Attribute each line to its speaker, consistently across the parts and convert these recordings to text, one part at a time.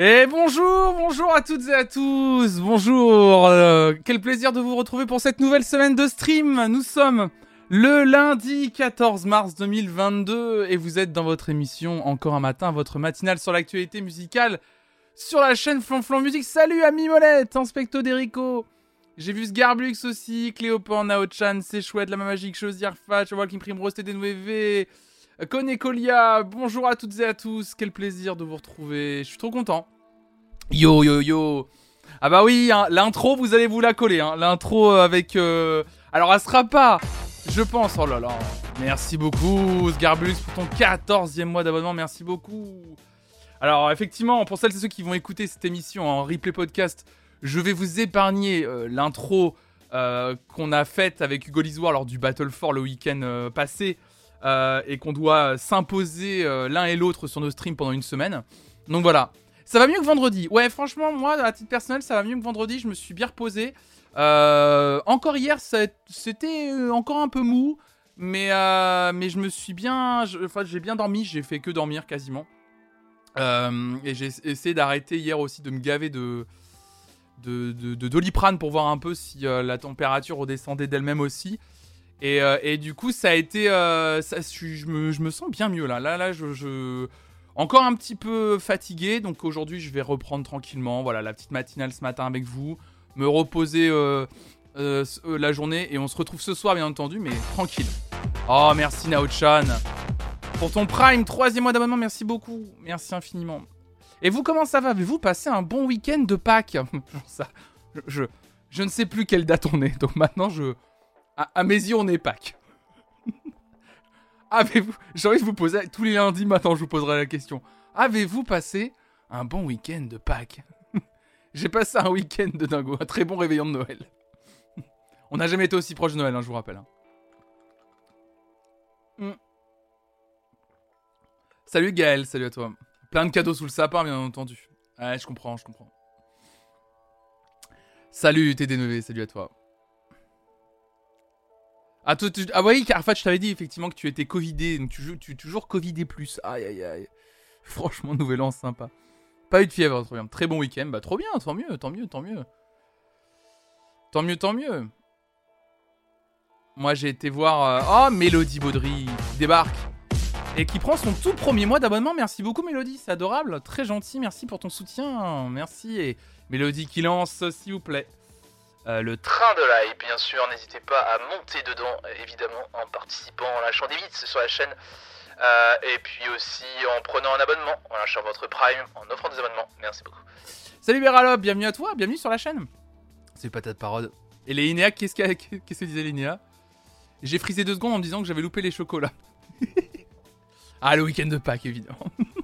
Speaker 1: Et bonjour à toutes et à tous, bonjour, quel plaisir de vous retrouver pour cette nouvelle semaine de stream. Nous sommes le lundi 14 mars 2022 et vous êtes dans votre émission Encore un matin, votre matinale sur l'actualité musicale sur la chaîne Flonflon Musique. Salut Ami Molette, Inspecto Derico, j'ai vu Sgarblux aussi, Cléopan, Nao-chan, C'est Chouette, La Magique, Chosier, Fatch, Walking Primrose, TDNWV, Konekolia, bonjour à toutes et à tous, quel plaisir de vous retrouver, je suis trop content. Yo. Ah bah oui, hein, l'intro, vous allez vous la coller, hein, l'intro avec... Alors elle sera pas, je pense, oh là là, merci beaucoup Sgarbulus pour ton 14e mois d'abonnement, merci beaucoup. Alors effectivement, pour celles et ceux qui vont écouter cette émission en replay podcast, je vais vous épargner l'intro qu'on a faite avec Hugo Lisoire lors du Battle 4 le week-end passé, et qu'on doit s'imposer l'un et l'autre sur nos streams pendant une semaine. Donc voilà, ça va mieux que vendredi. Ouais, franchement, moi, à titre personnel, ça va mieux que vendredi. Je me suis bien reposé. Encore hier, c'était encore un peu mou, mais je me suis bien... j'ai bien dormi, j'ai fait que dormir quasiment. Et j'ai essayé d'arrêter hier aussi de me gaver de Doliprane pour voir un peu si la température redescendait d'elle-même aussi. Et du coup, ça a été... je me sens bien mieux là. Là, encore un petit peu fatigué. Donc aujourd'hui, je vais reprendre tranquillement. Voilà, la petite matinale ce matin avec vous. Me reposer la journée. Et on se retrouve ce soir, bien entendu, mais tranquille. Oh, merci Nao-chan. Pour ton Prime, 3e mois d'abonnement, merci beaucoup. Merci infiniment. Et vous, comment ça va ? Avez-vous passé un bon week-end de Pâques ? Je ne sais plus quelle date on est. Donc maintenant, à mes yeux, on est Pâques. J'ai envie de vous poser, tous les lundis maintenant, je vous poserai la question. Avez-vous passé un bon week-end de Pâques ? J'ai passé un week-end de dingo, un très bon réveillon de Noël. On n'a jamais été aussi proche de Noël, hein, je vous rappelle. Salut Gaël, salut à toi. Plein de cadeaux sous le sapin, bien entendu. Ouais, je comprends. Salut TD9V, salut à toi. Ah oui, car en fait, je t'avais dit effectivement que tu étais covidé, donc tu es toujours covidé plus. Aïe. Franchement, nouvel an sympa. Pas eu de fièvre, trop bien. Très bon week-end, bah trop bien, tant mieux. Tant mieux. Moi, j'ai été voir... Mélodie Baudry qui débarque et qui prend son tout premier mois d'abonnement. Merci beaucoup Mélodie, c'est adorable, très gentil, merci pour ton soutien. Merci. Et Mélodie qui lance, s'il vous plaît. Le train de live, bien sûr, n'hésitez pas à monter dedans, évidemment, en participant, en lâchant des bits sur la chaîne, et puis aussi en prenant un abonnement, en lâchant votre Prime, en offrant des abonnements, merci beaucoup. Salut Beralop, bienvenue à toi, bienvenue sur la chaîne. C'est Patate Parode. Et les Inéa, qu'est-ce que disait l'Inéa ? J'ai frisé 2 secondes en me disant que j'avais loupé les chocolats. Ah, le week-end de Pâques, évidemment.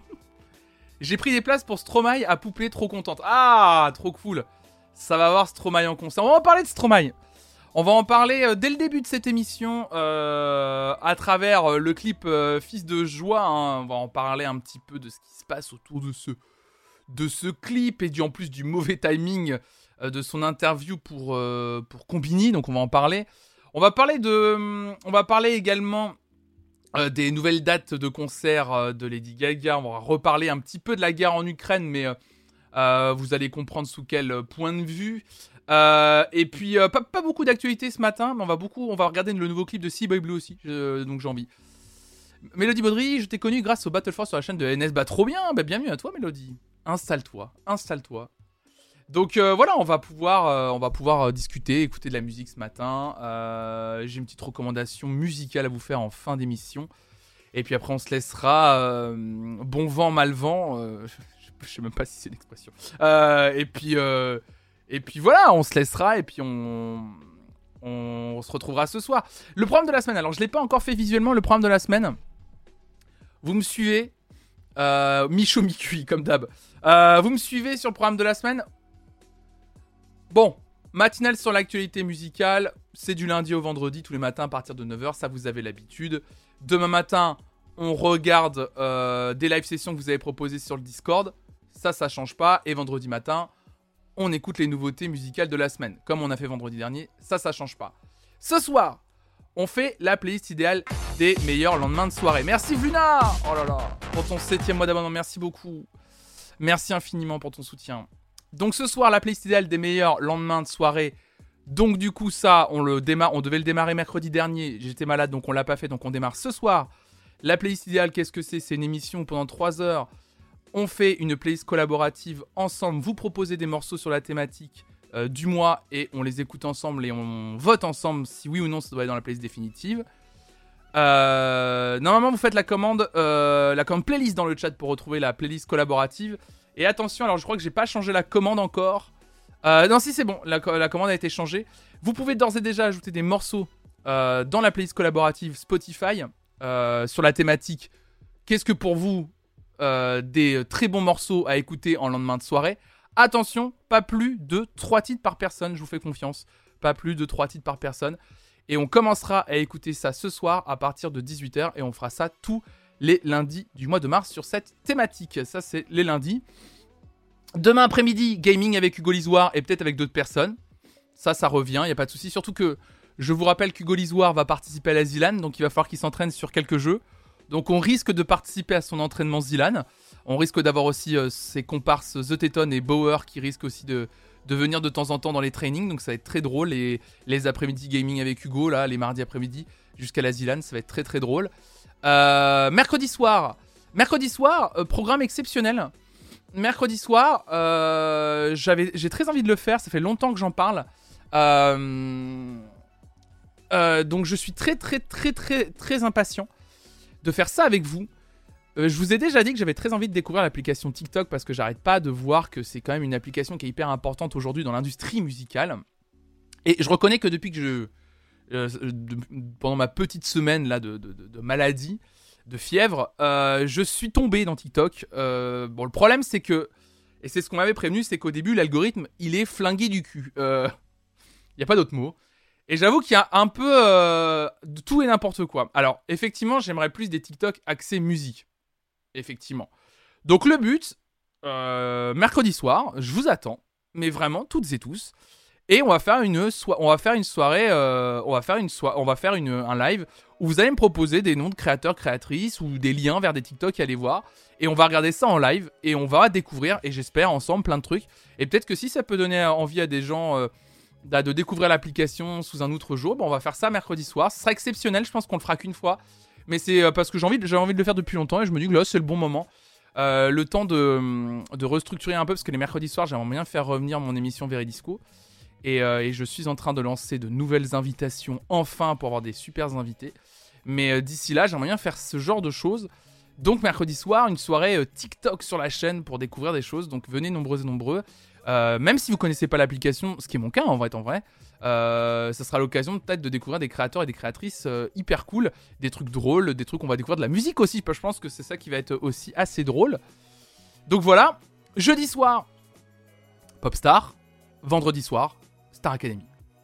Speaker 1: J'ai pris des places pour Stromae à Poupée, trop contente. Ah, trop cool. Ça va voir Stromae en concert. On va en parler de Stromae. On va en parler dès le début de cette émission à travers le clip Fils de Joie. Hein. On va en parler un petit peu de ce qui se passe autour de ce clip et en plus du mauvais timing de son interview pour Combini. Donc on va en parler. On va parler également des nouvelles dates de concert de Lady Gaga. On va reparler un petit peu de la guerre en Ukraine, mais... vous allez comprendre sous quel point de vue. Et puis, pas beaucoup d'actualités ce matin, mais on va regarder le nouveau clip de C-Boy Blue aussi, donc j'ai envie. Mélodie Baudry, je t'ai connue grâce au Battle Force sur la chaîne de NS. Bah trop bien, bienvenue à toi Mélodie. Installe-toi. Donc voilà, on va pouvoir discuter, écouter de la musique ce matin. J'ai une petite recommandation musicale à vous faire en fin d'émission. Et puis après, on se laissera bon vent, mal vent. Je sais même pas si c'est l'expression. Et puis voilà, on se laissera et puis on se retrouvera ce soir. Le programme de la semaine, alors je l'ai pas encore fait visuellement, le programme de la semaine. Vous me suivez mi-chaud, mi-cuit, comme d'hab. Vous me suivez sur le programme de la semaine. Bon, matinale sur l'actualité musicale. C'est du lundi au vendredi, tous les matins à partir de 9h, ça vous avez l'habitude. Demain matin, on regarde des live sessions que vous avez proposées sur le Discord. Ça change pas. Et vendredi matin, on écoute les nouveautés musicales de la semaine. Comme on a fait vendredi dernier, ça change pas. Ce soir, on fait la playlist idéale des meilleurs lendemains de soirée. Merci Vluna. Oh là là, pour ton 7e mois d'abonnement, merci beaucoup. Merci infiniment pour ton soutien. Donc ce soir, la playlist idéale des meilleurs lendemains de soirée. Donc du coup ça, on devait le démarrer mercredi dernier. J'étais malade donc on l'a pas fait, donc on démarre ce soir. La playlist idéale, qu'est-ce que c'est ? C'est une émission où pendant 3 heures, on fait une playlist collaborative ensemble. Vous proposez des morceaux sur la thématique du mois et on les écoute ensemble et on vote ensemble si oui ou non ça doit être dans la playlist définitive. Normalement vous faites la commande playlist dans le chat pour retrouver la playlist collaborative. Et attention, alors je crois que j'ai pas changé la commande encore. Non, si c'est bon, la commande a été changée. Vous pouvez d'ores et déjà ajouter des morceaux dans la playlist collaborative Spotify sur la thématique. Qu'est-ce que pour vous des très bons morceaux à écouter en lendemain de soirée ? Attention, pas plus de 3 titres par personne, je vous fais confiance. Pas plus de 3 titres par personne. Et on commencera à écouter ça ce soir à partir de 18h et on fera ça tous les lundis du mois de mars sur cette thématique. Ça, c'est les lundis. Demain après-midi, gaming avec Hugo Lisoire et peut-être avec d'autres personnes. Ça revient, il n'y a pas de souci. Surtout que je vous rappelle qu'Hugo Lisoire va participer à la Zilan, donc il va falloir qu'il s'entraîne sur quelques jeux. Donc on risque de participer à son entraînement Zilan. On risque d'avoir aussi ses comparses The Teton et Bauer qui risquent aussi de venir de temps en temps dans les trainings. Donc ça va être très drôle. Et les après-midi gaming avec Hugo, là, les mardis après-midi jusqu'à la Zilan, ça va être très très drôle. Mercredi soir, programme exceptionnel. Mercredi soir, j'ai très envie de le faire. Ça fait longtemps que j'en parle. Donc je suis très très très très très impatient de faire ça avec vous. Je vous ai déjà dit que j'avais très envie de découvrir l'application TikTok parce que j'arrête pas de voir que c'est quand même une application qui est hyper importante aujourd'hui dans l'industrie musicale. Et je reconnais que depuis que pendant ma petite semaine là de maladie, de fièvre, je suis tombé dans TikTok. Bon, le problème c'est que, et c'est ce qu'on m'avait prévenu, c'est qu'au début l'algorithme il est flingué du cul. Il n'y a pas d'autre mot. Et j'avoue qu'il y a un peu de tout et n'importe quoi. Alors, effectivement, j'aimerais plus des TikTok axés musique. Effectivement. Donc, le but, mercredi soir, je vous attends. Mais vraiment, toutes et tous. Et on va faire un live où vous allez me proposer des noms de créateurs, créatrices ou des liens vers des TikTok à aller voir. Et on va regarder ça en live et on va découvrir, et j'espère, ensemble, plein de trucs. Et peut-être que si ça peut donner envie à des gens... de découvrir l'application sous un autre jour, on va faire ça mercredi soir. Ce sera exceptionnel, je pense qu'on le fera qu'une fois, mais c'est parce que j'ai envie de le faire depuis longtemps et je me dis que là c'est le bon moment. Le temps de restructurer un peu parce que les mercredis soirs j'aimerais bien faire revenir mon émission Veridisco et je suis en train de lancer de nouvelles invitations enfin pour avoir des super invités. Mais d'ici là j'aimerais bien faire ce genre de choses. Donc mercredi soir, une soirée TikTok sur la chaîne pour découvrir des choses. Donc venez nombreux et nombreux. Même si vous connaissez pas l'application, ce qui est mon cas en vrai, ça sera l'occasion peut-être de découvrir des créateurs et des créatrices hyper cool, des trucs drôles, des trucs on va découvrir de la musique aussi. Je pense que c'est ça qui va être aussi assez drôle. Donc voilà, jeudi soir, Popstar, vendredi soir, Star Academy.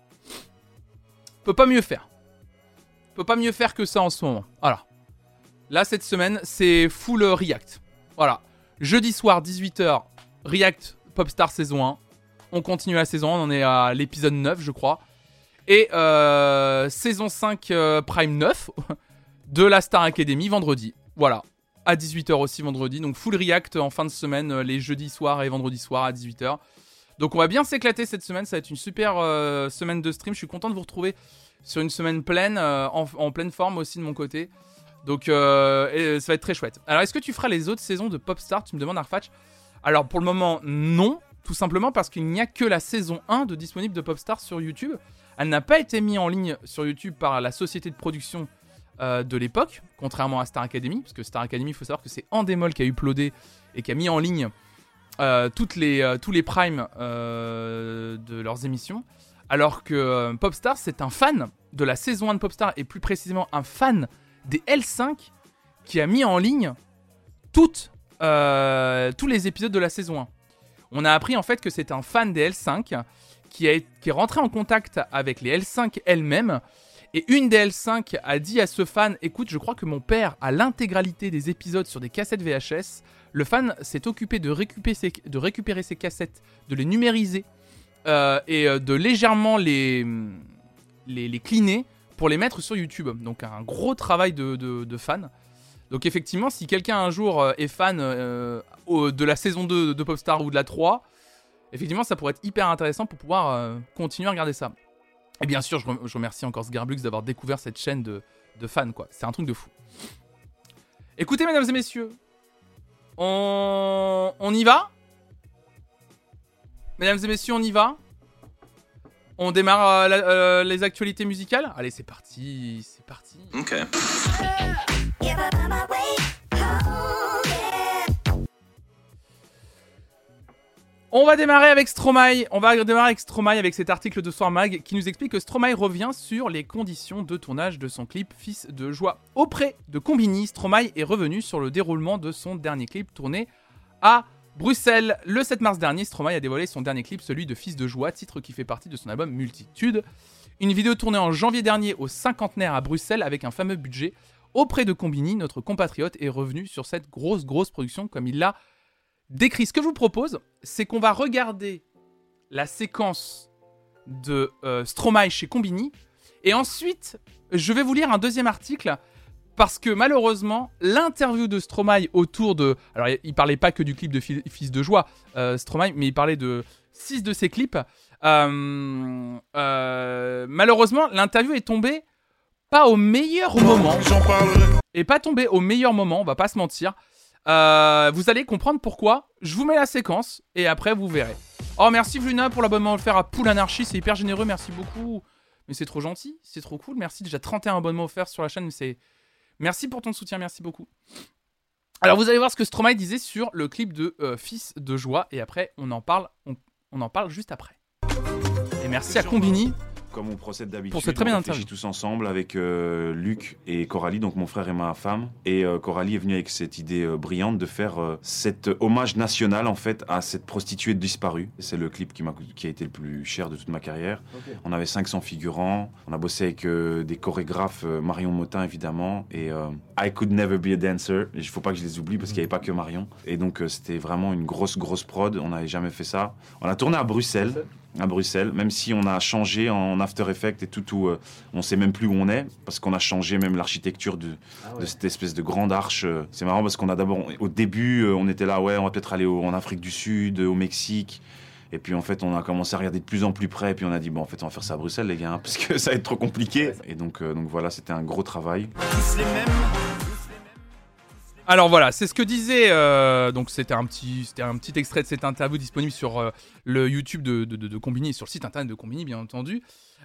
Speaker 1: Peut pas mieux faire. Peut pas mieux faire que ça en ce moment. Voilà. Là cette semaine, c'est full React. Voilà. Jeudi soir, 18h, React. Popstar saison 1. On continue la saison 1, on en est à l'épisode 9 je crois. Et saison 5 Prime 9 de la Star Academy vendredi. Voilà, à 18h aussi vendredi. Donc full react en fin de semaine, les jeudis soirs et vendredis soirs à 18h. Donc on va bien s'éclater cette semaine, ça va être une super semaine de stream. Je suis content de vous retrouver sur une semaine pleine, en pleine forme aussi de mon côté. Donc ça va être très chouette. Alors est-ce que tu feras les autres saisons de Popstar ? Tu me demandes Arfatch. Alors pour le moment non, tout simplement parce qu'il n'y a que la saison 1 de disponible de Popstar sur YouTube. Elle n'a pas été mise en ligne sur YouTube par la société de production de l'époque, contrairement à Star Academy, parce que Star Academy, il faut savoir que c'est Endemol qui a uploadé et qui a mis en ligne tous les primes de leurs émissions, alors que Popstar, c'est un fan de la saison 1 de Popstar, et plus précisément un fan des L5 qui a mis en ligne tous les épisodes de la saison 1. On a appris en fait que c'est un fan des L5 qui est rentré en contact avec les L5 elles-mêmes, et une des L5 a dit à ce fan: écoute, je crois que mon père a l'intégralité des épisodes sur des cassettes VHS. Le fan s'est occupé de récupérer ces cassettes, de les numériser et de légèrement les cleaner pour les mettre sur YouTube. Donc un gros travail de fan. Donc effectivement, si quelqu'un un jour est fan de la saison 2 de Popstar ou de la 3, effectivement, ça pourrait être hyper intéressant pour pouvoir continuer à regarder ça. Et bien sûr, je remercie encore Sgarblux d'avoir découvert cette chaîne de fans, quoi. C'est un truc de fou. Écoutez, mesdames et messieurs, on y va ? Mesdames et messieurs, on y va ? On démarre les actualités musicales ? Allez, c'est parti, c'est parti.
Speaker 2: Ok.
Speaker 1: On va démarrer avec Stromae. Avec cet article de Soir Mag qui nous explique que Stromae revient sur les conditions de tournage de son clip Fils de Joie. Auprès de Combini, Stromae est revenu sur le déroulement de son dernier clip tourné à Bruxelles. Le 7 mars dernier, Stromae a dévoilé son dernier clip, celui de Fils de Joie, titre qui fait partie de son album Multitude. Une vidéo tournée en janvier dernier au cinquantenaire à Bruxelles avec un fameux budget. Auprès de Combini, notre compatriote est revenu sur cette grosse production comme il l'a décrit. Ce que je vous propose, c'est qu'on va regarder la séquence de Stromae chez Combini et ensuite, je vais vous lire un deuxième article parce que malheureusement, l'interview de Stromae autour de... Alors, il parlait pas que du clip de Fils de Joie, Stromae, mais il parlait de 6 de ses clips. Malheureusement, l'interview est tombée pas au meilleur moment. Et pas tombée au meilleur moment, on va pas se mentir. Vous allez comprendre pourquoi. Je vous mets la séquence et après vous verrez. Oh, merci Vluna pour l'abonnement offert à Pool Anarchy, c'est hyper généreux, merci beaucoup. Mais c'est trop gentil, c'est trop cool. Merci, déjà 31 abonnements offerts sur la chaîne, mais c'est... Merci pour ton soutien, merci beaucoup. Alors vous allez voir ce que Stromae disait sur le clip de Fils de Joie et après on en parle juste après. Et merci à Combini.
Speaker 3: Comme on procède d'habitude,
Speaker 1: pour cette très bien
Speaker 3: on réfléchit tous ensemble avec Luc et Coralie, donc mon frère et ma femme. Et Coralie est venue avec cette idée brillante de faire cet hommage national en fait à cette prostituée disparue. C'est le clip qui a été le plus cher de toute ma carrière. Okay. On avait 500 figurants, on a bossé avec des chorégraphes, Marion Motin évidemment, et I Could Never Be a Dancer. Il ne faut pas que je les oublie parce qu'il n'y avait pas que Marion. Et donc c'était vraiment une grosse prod, on n'avait jamais fait ça. On a tourné à Bruxelles, même si on a changé en After Effects et tout, on sait même plus où on est, parce qu'on a changé même l'architecture de cette espèce de grande arche. C'est marrant parce qu'on a d'abord, au début, on était là, ouais, on va peut-être aller en Afrique du Sud, au Mexique. Et puis en fait, on a commencé à regarder de plus en plus près, et puis on a dit, bon, en fait, on va faire ça à Bruxelles, les gars, parce que ça va être trop compliqué. Et donc voilà, c'était un gros travail.
Speaker 1: Alors voilà, c'est ce que disait, donc c'était un petit extrait de cette interview disponible sur le YouTube de Combini et sur le site internet de Combini, bien entendu.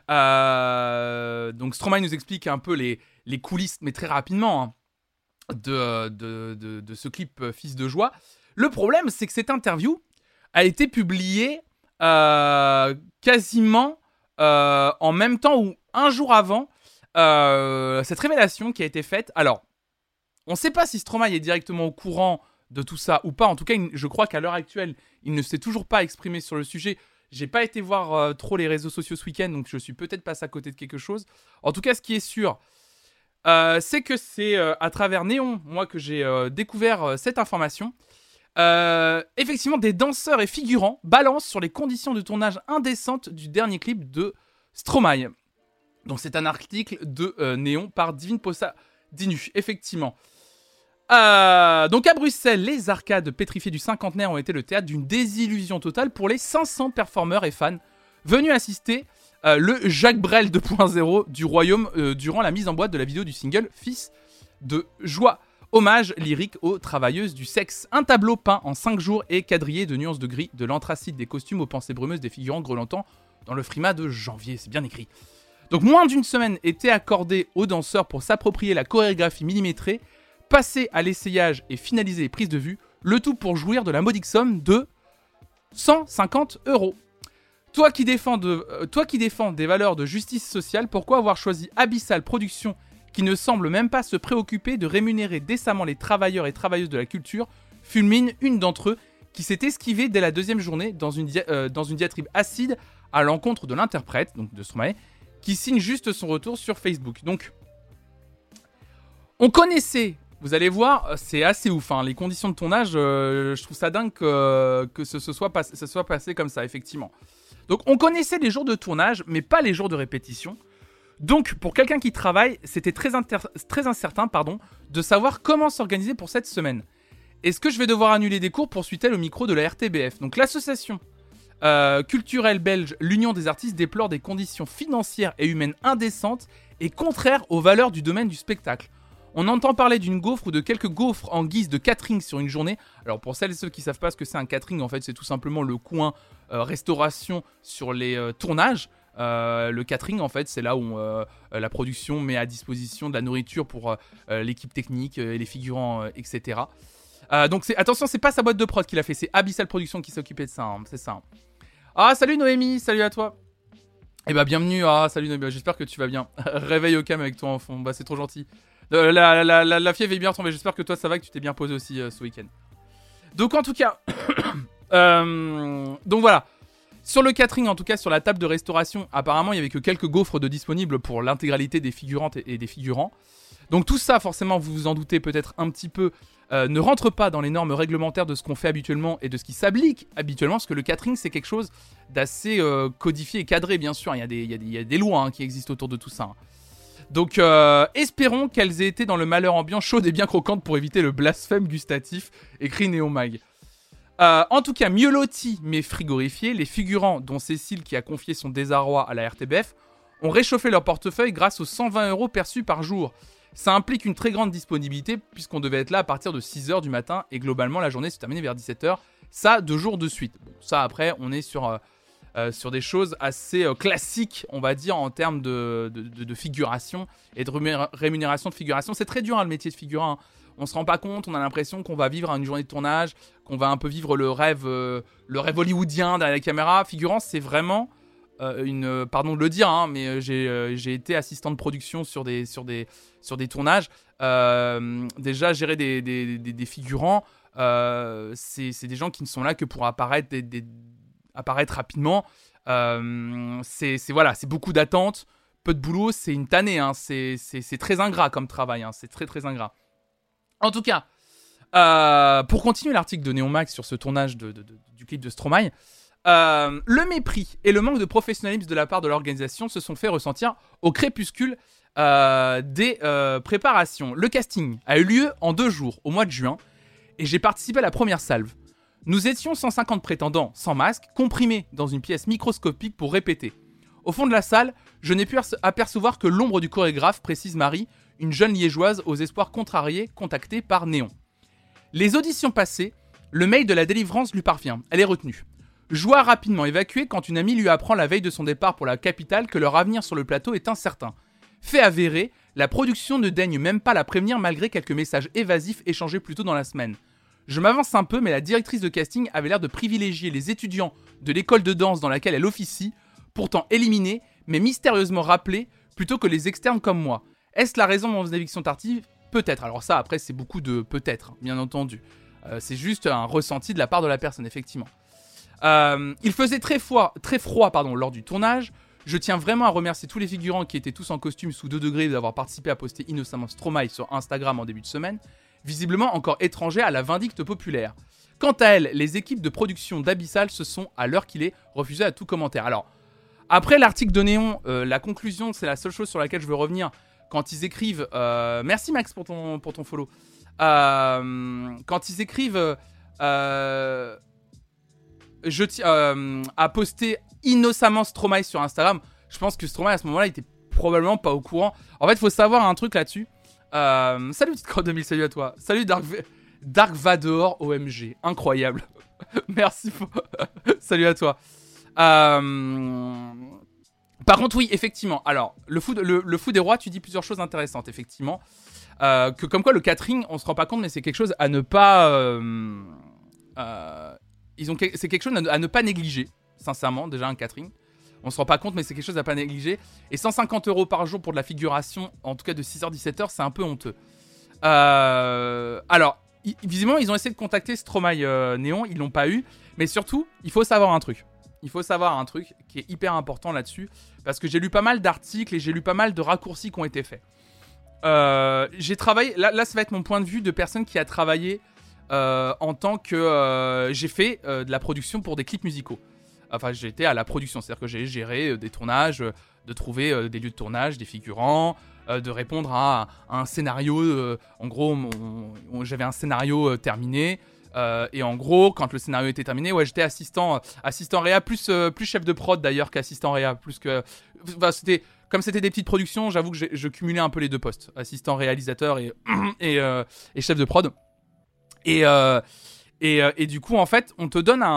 Speaker 1: Donc Stromae nous explique un peu les coulisses, mais très rapidement, hein, de ce clip Fils de Joie. Le problème, c'est que cette interview a été publiée quasiment en même temps ou un jour avant cette révélation qui a été faite. Alors, on ne sait pas si Stromae est directement au courant de tout ça ou pas. En tout cas, je crois qu'à l'heure actuelle, il ne s'est toujours pas exprimé sur le sujet. J'ai pas été voir trop les réseaux sociaux ce week-end, donc je suis peut-être passé à côté de quelque chose. En tout cas, ce qui est sûr, c'est que c'est à travers Néon, moi, que j'ai découvert cette information. Effectivement, des danseurs et figurants balancent sur les conditions de tournage indécentes du dernier clip de Stromae. Donc c'est un article de Néon par Divine Possa Dinu, effectivement. Donc à Bruxelles, les arcades pétrifiées du cinquantenaire ont été le théâtre d'une désillusion totale pour les 500 performeurs et fans venus assister le Jacques Brel 2.0 du Royaume durant la mise en boîte de la vidéo du single Fils de Joie. Hommage lyrique aux travailleuses du sexe. Un tableau peint en 5 jours et quadrillé de nuances de gris, de l'anthracite des costumes aux pensées brumeuses des figurants grelottants dans le frimas de janvier. C'est bien écrit. Donc moins d'une semaine était accordée aux danseurs pour s'approprier la chorégraphie millimétrée, passer à l'essayage et finaliser les prises de vue, le tout pour jouir de la modique somme de 150 €. Toi qui défends des valeurs de justice sociale, pourquoi avoir choisi Abyssal Productions qui ne semble même pas se préoccuper de rémunérer décemment les travailleurs et travailleuses de la culture, fulmine une d'entre eux qui s'est esquivée dès la deuxième journée dans une diatribe acide à l'encontre de l'interprète, donc de Stromae, qui signe juste son retour sur Facebook. Donc, on connaissait, vous allez voir, c'est assez ouf, hein, les conditions de tournage, je trouve ça dingue que ça soit passé comme ça, effectivement. Donc, on connaissait les jours de tournage, mais pas les jours de répétition. Donc, pour quelqu'un qui travaille, c'était très incertain de savoir comment s'organiser pour cette semaine. Est-ce que je vais devoir annuler des cours, poursuit-elle au micro de la RTBF. Donc, l'association culturelle belge, l'Union des artistes, déplore des conditions financières et humaines indécentes et contraires aux valeurs du domaine du spectacle. On entend parler d'une gaufre ou de quelques gaufres en guise de catering sur une journée. Alors pour celles et ceux qui ne savent pas ce que c'est un catering, en fait c'est tout simplement le coin restauration sur les tournages. Le catering en fait c'est là où la production met à disposition de la nourriture pour l'équipe technique et les figurants, etc. Donc attention, c'est pas sa boîte de prod qui l'a fait, c'est Abyssal Productions qui s'est occupé de ça, hein, c'est ça. Ah salut Noémie, salut à toi. Eh bah bienvenue, salut Noémie, j'espère que tu vas bien. Réveille au cam avec toi en fond, bah c'est trop gentil. La fièvre est bien tombée, j'espère que toi ça va, que tu t'es bien posé aussi ce week-end. Donc en tout cas, donc voilà. Sur le catering, en tout cas sur la table de restauration, apparemment il n'y avait que quelques gaufres de disponibles pour l'intégralité des figurantes et des figurants. Donc tout ça, forcément, vous vous en doutez peut-être un petit peu, ne rentre pas dans les normes réglementaires de ce qu'on fait habituellement et de ce qui s'applique habituellement, parce que le catering c'est quelque chose d'assez codifié et cadré, bien sûr. Il y a des lois qui existent autour de tout ça. Donc espérons qu'elles aient été dans le malheur ambiant, chaude et bien croquante pour éviter le blasphème gustatif, écrit Néomag. En tout cas, mieux lotis mais frigorifiés, les figurants, dont Cécile qui a confié son désarroi à la RTBF, ont réchauffé leur portefeuille grâce aux 120 € perçus par jour. Ça implique une très grande disponibilité puisqu'on devait être là à partir de 6h du matin et globalement la journée s'est terminée vers 17h. Ça, 2 jours de suite. Bon, ça après, on est sur des choses assez classiques, on va dire, en termes de figuration et de rémunération de figuration. C'est très dur le métier de figurant. Hein. On se rend pas compte, on a l'impression qu'on va vivre une journée de tournage, qu'on va un peu vivre le rêve hollywoodien derrière la caméra. Figurant, c'est vraiment pardon de le dire, hein, mais j'ai été assistant de production sur des tournages. Déjà, gérer des figurants, c'est des gens qui ne sont là que pour apparaître rapidement. C'est beaucoup d'attentes, peu de boulot, c'est une tannée. Hein, c'est très ingrat comme travail, hein, c'est très très ingrat. En tout cas, pour continuer l'article de Néomax sur ce tournage du clip de Stromae, le mépris et le manque de professionnalisme de la part de l'organisation se sont fait ressentir au crépuscule des préparations. Le casting a eu lieu en 2 jours, au mois de juin, et j'ai participé à la première salve. Nous étions 150 prétendants sans masque, comprimés dans une pièce microscopique pour répéter. Au fond de la salle, je n'ai pu apercevoir que l'ombre du chorégraphe, précise Marie, une jeune liégeoise aux espoirs contrariés, contactée par Néon. Les auditions passées, le mail de la délivrance lui parvient, elle est retenue. Joie rapidement évacuée quand une amie lui apprend la veille de son départ pour la capitale que leur avenir sur le plateau est incertain. Fait avéré, la production ne daigne même pas la prévenir malgré quelques messages évasifs échangés plus tôt dans la semaine. Je m'avance un peu, mais la directrice de casting avait l'air de privilégier les étudiants de l'école de danse dans laquelle elle officie, pourtant éliminés, mais mystérieusement rappelés, plutôt que les externes comme moi. Est-ce la raison de mon éviction tardive ? Peut-être. Alors ça, après, c'est beaucoup de peut-être, bien entendu. C'est juste un ressenti de la part de la personne, effectivement. Il faisait très froid lors du tournage. Je tiens vraiment à remercier tous les figurants qui étaient tous en costume sous 2 degrés d'avoir participé à poster innocemment Stromae sur Instagram en début de semaine, visiblement encore étrangers à la vindicte populaire. Quant à elles, les équipes de production d'Abyssal se sont, à l'heure qu'il est, refusées à tout commentaire. Alors, après l'article de Néon, la conclusion, c'est la seule chose sur laquelle je veux revenir. Quand ils écrivent... merci Max pour ton follow. Quand ils écrivent... à poster innocemment Stromae sur Instagram, je pense que Stromae à ce moment-là, il était probablement pas au courant. En fait, il faut savoir un truc là-dessus. Salut petite crotte 2000, salut à toi. Salut Dark Vador OMG, incroyable. Merci. Salut à toi. Par contre, oui, effectivement. Alors, le fou des rois, tu dis plusieurs choses intéressantes, effectivement. Que comme quoi le catering, on se rend pas compte, mais c'est quelque chose à ne pas. C'est quelque chose à ne pas négliger, sincèrement, déjà un catering. On se rend pas compte, mais c'est quelque chose à pas négliger. Et 150 € par jour pour de la figuration, en tout cas de 6h-17h, c'est un peu honteux. Alors, visiblement, ils ont essayé de contacter Stromae Néon, ils l'ont pas eu. Mais surtout, il faut savoir un truc. Il faut savoir un truc qui est hyper important là-dessus. Parce que j'ai lu pas mal d'articles et j'ai lu pas mal de raccourcis qui ont été faits. J'ai travaillé... Là, ça va être mon point de vue de personne qui a travaillé... en tant que j'ai fait de la production pour des clips musicaux. Enfin, j'étais à la production, c'est-à-dire que j'ai géré des tournages, de trouver des lieux de tournage, des figurants, de répondre à un scénario. En gros, j'avais un scénario terminé. Et en gros, quand le scénario était terminé, ouais, j'étais assistant réa, plus chef de prod d'ailleurs qu'assistant réa. Enfin, comme c'était des petites productions, j'avoue que je cumulais un peu les deux postes, assistant réalisateur et chef de prod. Et du coup, en fait, on te donne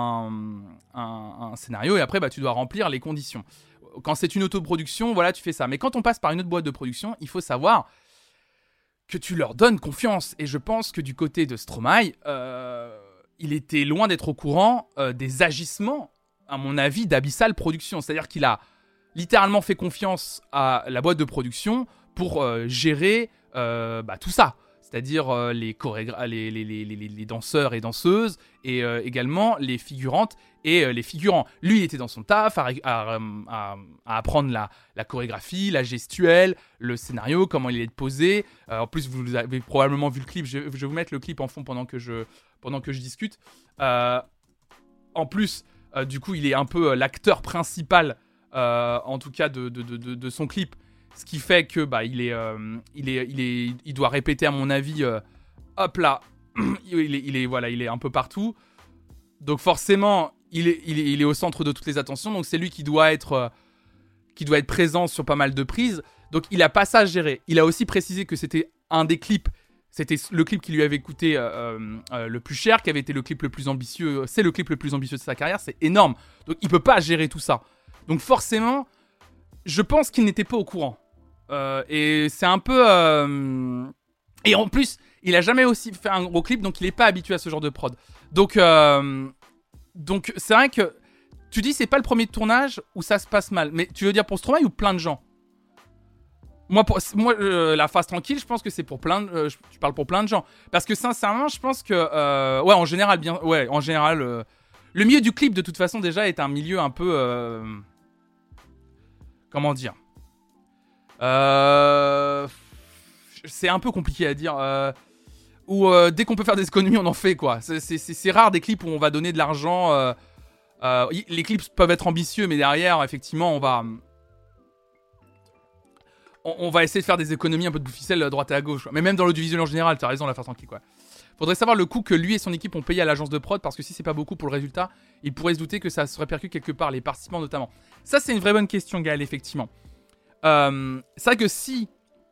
Speaker 1: un scénario et après, bah, tu dois remplir les conditions. Quand c'est une autoproduction, voilà, tu fais ça. Mais quand on passe par une autre boîte de production, il faut savoir que tu leur donnes confiance. Et je pense que du côté de Stromae, il était loin d'être au courant des agissements, à mon avis, d'Abyssal Productions. C'est-à-dire qu'il a littéralement fait confiance à la boîte de production pour gérer tout ça. C'est-à-dire les danseurs et danseuses, et également les figurantes et les figurants. Lui, il était dans son taf à apprendre la chorégraphie, la gestuelle, le scénario, comment il est posé. En plus, vous avez probablement vu le clip. Je vais vous mettre le clip en fond pendant que je discute. En plus, du coup, il est un peu l'acteur principal, en tout cas de son clip. Ce qui fait que il doit répéter, à mon avis, hop là, il est un peu partout. Donc forcément, il est au centre de toutes les attentions. Donc c'est lui qui doit être présent sur pas mal de prises. Donc il a pas ça à gérer. Il a aussi précisé que c'était un des clips. C'était le clip qui lui avait coûté le plus cher, qui avait été le clip le plus ambitieux. C'est le clip le plus ambitieux de sa carrière. C'est énorme. Donc il peut pas gérer tout ça. Donc forcément, je pense qu'il n'était pas au courant. Et c'est un peu... Et en plus, il a jamais aussi fait un gros clip, donc il est pas habitué à ce genre de prod. Donc c'est vrai que... Tu dis c'est pas le premier tournage où ça se passe mal. Mais tu veux dire pour Stromae ou plein de gens? Moi, la phase tranquille, je pense que c'est pour plein de... tu parles pour plein de gens. Parce que sincèrement, je pense que... ouais, en général, bien... Ouais, en général... le milieu du clip, de toute façon, déjà, est un milieu un peu... comment dire? C'est un peu compliqué à dire. Dès qu'on peut faire des économies, on en fait, quoi. C'est rare des clips où on va donner de l'argent. Les clips peuvent être ambitieux, mais derrière, effectivement, on va essayer de faire des économies, un peu de bout de ficelle à droite et à gauche. Mais même dans l'audiovisuel en général, t'as raison, la faire tranquille, quoi. Faudrait savoir le coût que lui et son équipe ont payé à l'agence de prod, parce que si c'est pas beaucoup pour le résultat, il pourrait se douter que ça se répercute quelque part, les participants notamment. Ça, c'est une vraie bonne question, Gaël, effectivement. C'est vrai que si...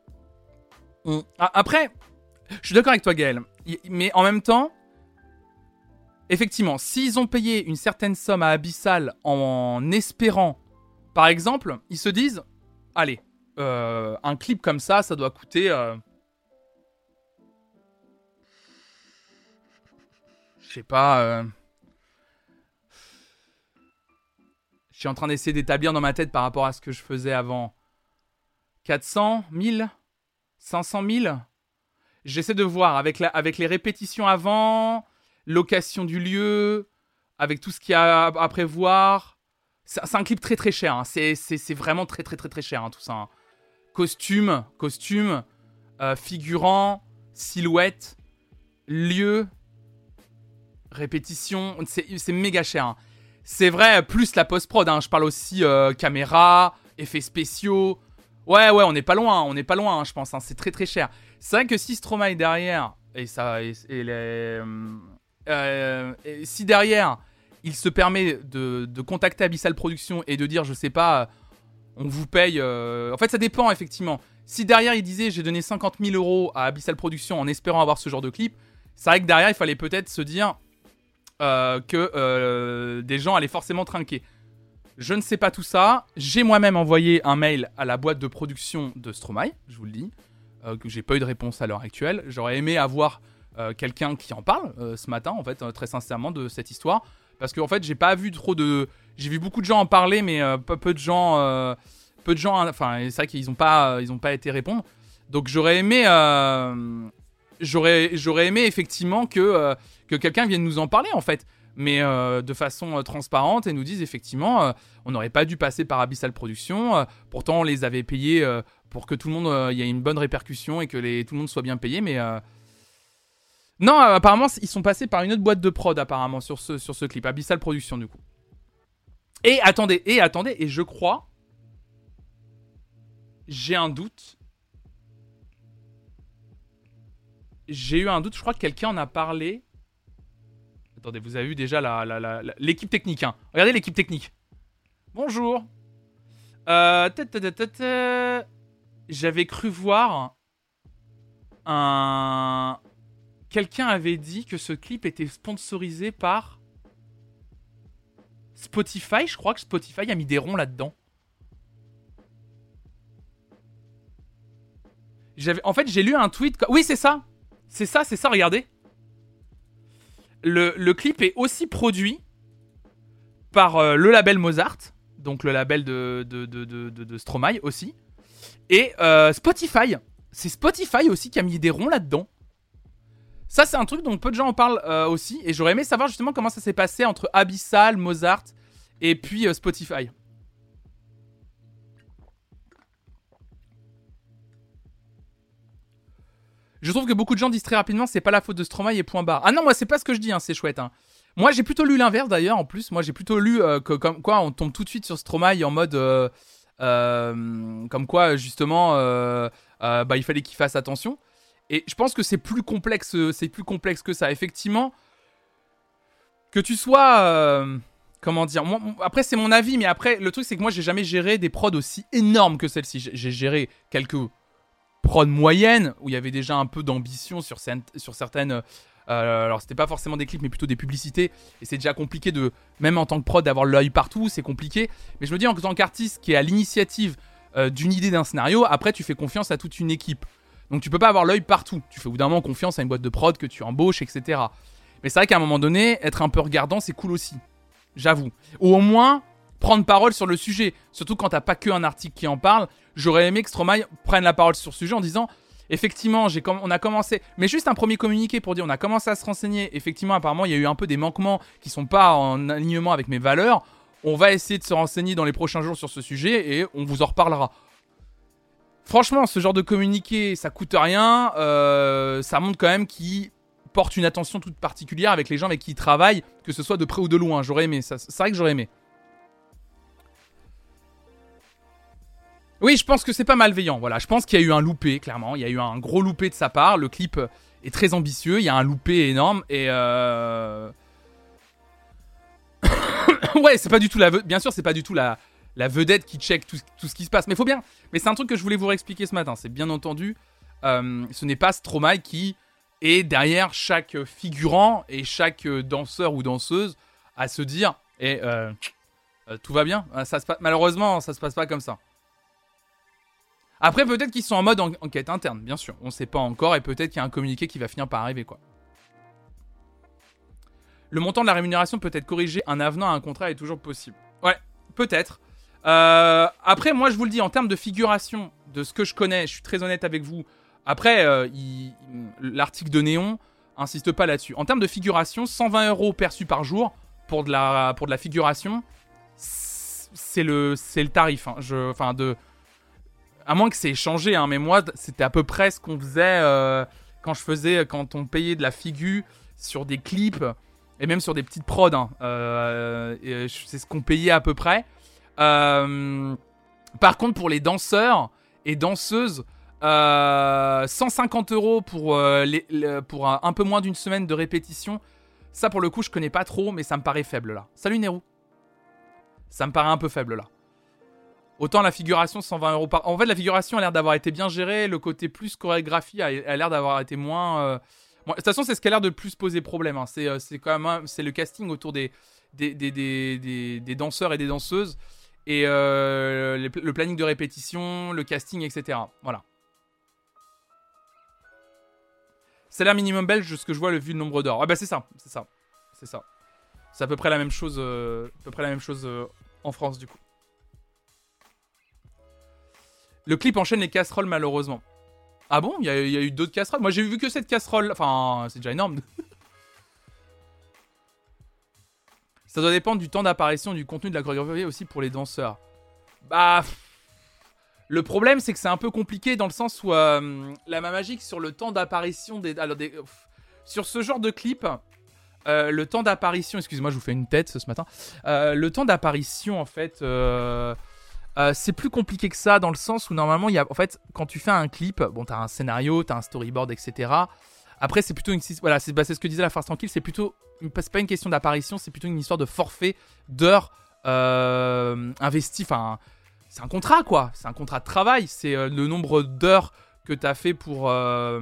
Speaker 1: Après, je suis d'accord avec toi, Gaël, mais en même temps, effectivement, s'ils ont payé une certaine somme à Abyssal en espérant, par exemple, ils se disent, allez, un clip comme ça doit coûter... je sais pas... Je suis en train d'essayer d'établir dans ma tête par rapport à ce que je faisais avant. 400 000 500 000. J'essaie de voir avec les répétitions avant, location du lieu, avec tout ce qu'il y a à prévoir. C'est un clip très très cher. Hein. C'est vraiment très très très très cher, hein, tout ça. Hein. Costume, figurant, silhouette, lieu, répétition. C'est méga cher. Hein. C'est vrai, plus la post-prod. Hein. Je parle aussi caméra, effets spéciaux. Ouais, on n'est pas loin, hein, je pense. Hein. C'est très très cher. C'est vrai que si Stromae derrière, si derrière, il se permet de contacter Abyssal Productions et de dire, je sais pas, on vous paye... En fait, ça dépend, effectivement. Si derrière, il disait, j'ai donné 50 000 € à Abyssal Productions en espérant avoir ce genre de clip, c'est vrai que derrière, il fallait peut-être se dire que des gens allaient forcément trinquer. Je ne sais pas tout ça. J'ai moi-même envoyé un mail à la boîte de production de Stromae, je vous le dis, que j'ai pas eu de réponse à l'heure actuelle. J'aurais aimé avoir quelqu'un qui en parle ce matin, en fait, très sincèrement, de cette histoire. Parce qu'en fait, j'ai pas vu trop de... J'ai vu beaucoup de gens en parler, mais peu de gens... Enfin, c'est vrai qu'ils n'ont pas été répondre. Donc j'aurais aimé... J'aurais aimé effectivement que quelqu'un vienne nous en parler, en fait. Mais de façon transparente et nous dise effectivement on n'aurait pas dû passer par Abyssal Productions, pourtant on les avait payés pour que tout le monde y ait une bonne répercussion et que tout le monde soit bien payé, mais non, apparemment ils sont passés par une autre boîte de prod apparemment sur ce clip, Abyssal Productions du coup. Et attendez, et je crois... J'ai un doute. J'ai eu un doute, je crois que quelqu'un en a parlé. Attendez, vous avez vu déjà l'équipe technique, hein. Regardez l'équipe technique. Bonjour. J'avais cru voir un... Quelqu'un avait dit que ce clip était sponsorisé par Spotify. Je crois que Spotify a mis des ronds là-dedans. En fait, j'ai lu un tweet... Oui, c'est ça. C'est ça, regardez. Le clip est aussi produit par le label Mozart, donc le label de Stromae aussi, et Spotify. C'est Spotify aussi qui a mis des ronds là-dedans. Ça, c'est un truc dont peu de gens en parlent aussi, et j'aurais aimé savoir justement comment ça s'est passé entre Abyssal, Mozart, et puis Spotify. Je trouve que beaucoup de gens disent très rapidement c'est pas la faute de Stromae et point barre. Ah non, moi c'est pas ce que je dis, hein, c'est chouette. Hein. Moi j'ai plutôt lu l'inverse d'ailleurs en plus. Moi j'ai plutôt lu que comme quoi on tombe tout de suite sur Stromae en mode comme quoi justement il fallait qu'il fasse attention. Et je pense que c'est plus complexe que ça. Effectivement, que tu sois comment dire. Moi, après c'est mon avis, mais après le truc c'est que moi j'ai jamais géré des prods aussi énormes que celle-ci. J'ai géré quelques prod moyenne où il y avait déjà un peu d'ambition sur certaines alors c'était pas forcément des clips mais plutôt des publicités et c'est déjà compliqué de même en tant que prod d'avoir l'œil partout, c'est compliqué, mais je me dis en tant qu'artiste qui est à l'initiative d'une idée, d'un scénario, après tu fais confiance à toute une équipe, donc tu peux pas avoir l'œil partout, tu fais évidemment confiance à une boîte de prod que tu embauches, etc. Mais c'est vrai qu'à un moment donné être un peu regardant c'est cool aussi, j'avoue, ou au moins prendre parole sur le sujet, surtout quand t'as pas que un article qui en parle. J'aurais aimé que Stromae prenne la parole sur ce sujet en disant effectivement, on a commencé, mais juste un premier communiqué pour dire on a commencé à se renseigner. Effectivement, apparemment, il y a eu un peu des manquements qui sont pas en alignement avec mes valeurs. On va essayer de se renseigner dans les prochains jours sur ce sujet et on vous en reparlera. Franchement, ce genre de communiqué, ça coûte rien. Ça montre quand même qu'il porte une attention toute particulière avec les gens avec qui il travaille, que ce soit de près ou de loin. J'aurais aimé, c'est vrai que j'aurais aimé. Oui, je pense que c'est pas malveillant, voilà. Je pense qu'il y a eu un loupé, clairement. Il y a eu un gros loupé de sa part. Le clip est très ambitieux. Il y a un loupé énorme. Et ouais, c'est pas du tout bien sûr, c'est pas du tout la vedette qui check tout ce qui se passe. Mais faut bien. Mais c'est un truc que je voulais vous réexpliquer ce matin. C'est bien entendu, ce n'est pas Stromae qui est derrière chaque figurant et chaque danseur ou danseuse à se dire tout va bien. Malheureusement, ça se passe pas comme ça. Après, peut-être qu'ils sont en mode enquête interne, bien sûr. On sait pas encore et peut-être qu'il y a un communiqué qui va finir par arriver, quoi. Le montant de la rémunération peut être corrigé. Un avenant à un contrat est toujours possible. Ouais, peut-être. Après, moi, je vous le dis, en termes de figuration, de ce que je connais, je suis très honnête avec vous. Après, l'article de Néon insiste pas là-dessus. En termes de figuration, 120 € perçus par jour pour de la figuration, c'est le tarif. Hein. À moins que c'est changé, hein, mais moi, c'était à peu près ce qu'on faisait quand on payait de la figure sur des clips et même sur des petites prods. Hein. C'est ce qu'on payait à peu près. Par contre, pour les danseurs et danseuses, 150 € pour un peu moins d'une semaine de répétition. Ça, pour le coup, je connais pas trop, mais ça me paraît faible là. Salut Nero. Ça me paraît un peu faible là. Autant la figuration, 120 € par... En fait, la figuration a l'air d'avoir été bien gérée. Le côté plus chorégraphie a l'air d'avoir été moins... De toute façon, c'est ce qui a l'air de plus poser problème. Hein. C'est quand même c'est le casting autour des danseurs et des danseuses. Et le planning de répétition, le casting, etc. Voilà. Salaire minimum belge, ce que je vois, vu le nombre d'heures. Ah bah c'est ça. C'est à peu près la même chose, en France, du coup. Le clip enchaîne les casseroles, malheureusement. Ah bon, il y a eu d'autres casseroles. Moi, j'ai vu que cette casserole. Enfin, c'est déjà énorme. Ça doit dépendre du temps d'apparition, du contenu de la chorégraphie aussi pour les danseurs. Bah... Le problème, c'est que c'est un peu compliqué dans le sens où la main magique sur le temps d'apparition sur ce genre de clip, le temps d'apparition, excusez-moi, je vous fais une tête ce matin. Le temps d'apparition, en fait, c'est plus compliqué que ça dans le sens où normalement, en fait, quand tu fais un clip, bon, t'as un scénario, t'as un storyboard, etc. Après, c'est plutôt voilà, c'est ce que disait la phrase tranquille, c'est pas une question d'apparition, c'est plutôt une histoire de forfait, d'heures investies. Enfin, c'est un contrat, quoi. C'est un contrat de travail. C'est le nombre d'heures que t'as fait pour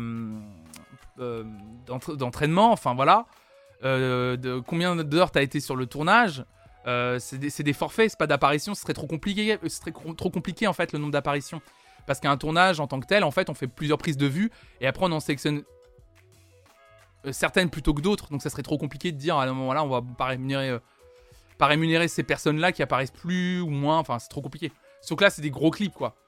Speaker 1: d'entraînement. Enfin, voilà. Combien d'heures t'as été sur le tournage. C'est des forfaits, c'est pas d'apparition. Ce serait trop compliqué. Trop compliqué, en fait, le nombre d'apparitions. Parce qu'un tournage, en tant que tel, en fait, on fait plusieurs prises de vue. Et après, on en sélectionne certaines plutôt que d'autres, donc ça serait trop compliqué de dire à un moment là on va pas rémunérer ces personnes là qui apparaissent plus ou moins, enfin c'est trop compliqué. Sauf que là c'est des gros clips quoi.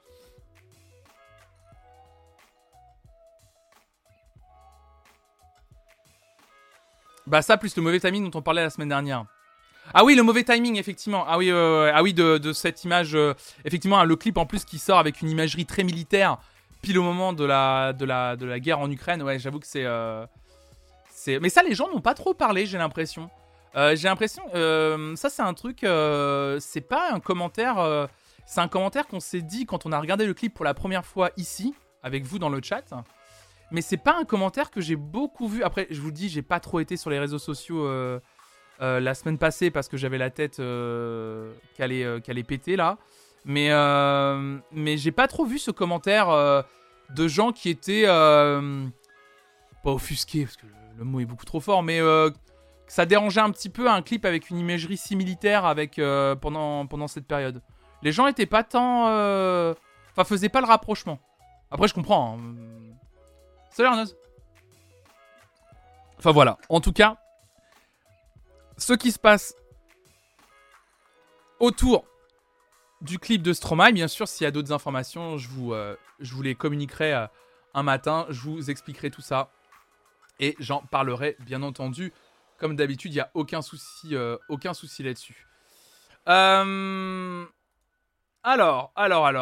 Speaker 1: Bah ça plus le mauvais timing dont on parlait la semaine dernière. Ah oui, le mauvais timing effectivement. Ah oui de cette image effectivement le clip en plus qui sort avec une imagerie très militaire pile au moment de la guerre en Ukraine. Ouais, j'avoue que c'est mais ça, les gens n'ont pas trop parlé, j'ai l'impression. Ça, c'est un truc... c'est pas un commentaire... c'est un commentaire qu'on s'est dit quand on a regardé le clip pour la première fois ici, avec vous dans le chat. Mais c'est pas un commentaire que j'ai beaucoup vu. Après, je vous dis, j'ai pas trop été sur les réseaux sociaux la semaine passée parce que j'avais la tête qui allait péter, là. Mais j'ai pas trop vu ce commentaire de gens qui étaient... pas offusqués, parce que... le mot est beaucoup trop fort, mais ça dérangeait un petit peu un clip avec une imagerie si militaire pendant cette période. Les gens étaient pas tant... Enfin, faisaient pas le rapprochement. Après, je comprends. Hein. Salut Arnaud. Enfin, voilà. En tout cas, ce qui se passe autour du clip de Stromae, bien sûr, s'il y a d'autres informations, je vous les communiquerai un matin. Je vous expliquerai tout ça. Et j'en parlerai, bien entendu. Comme d'habitude, il n'y a aucun souci là-dessus. Alors,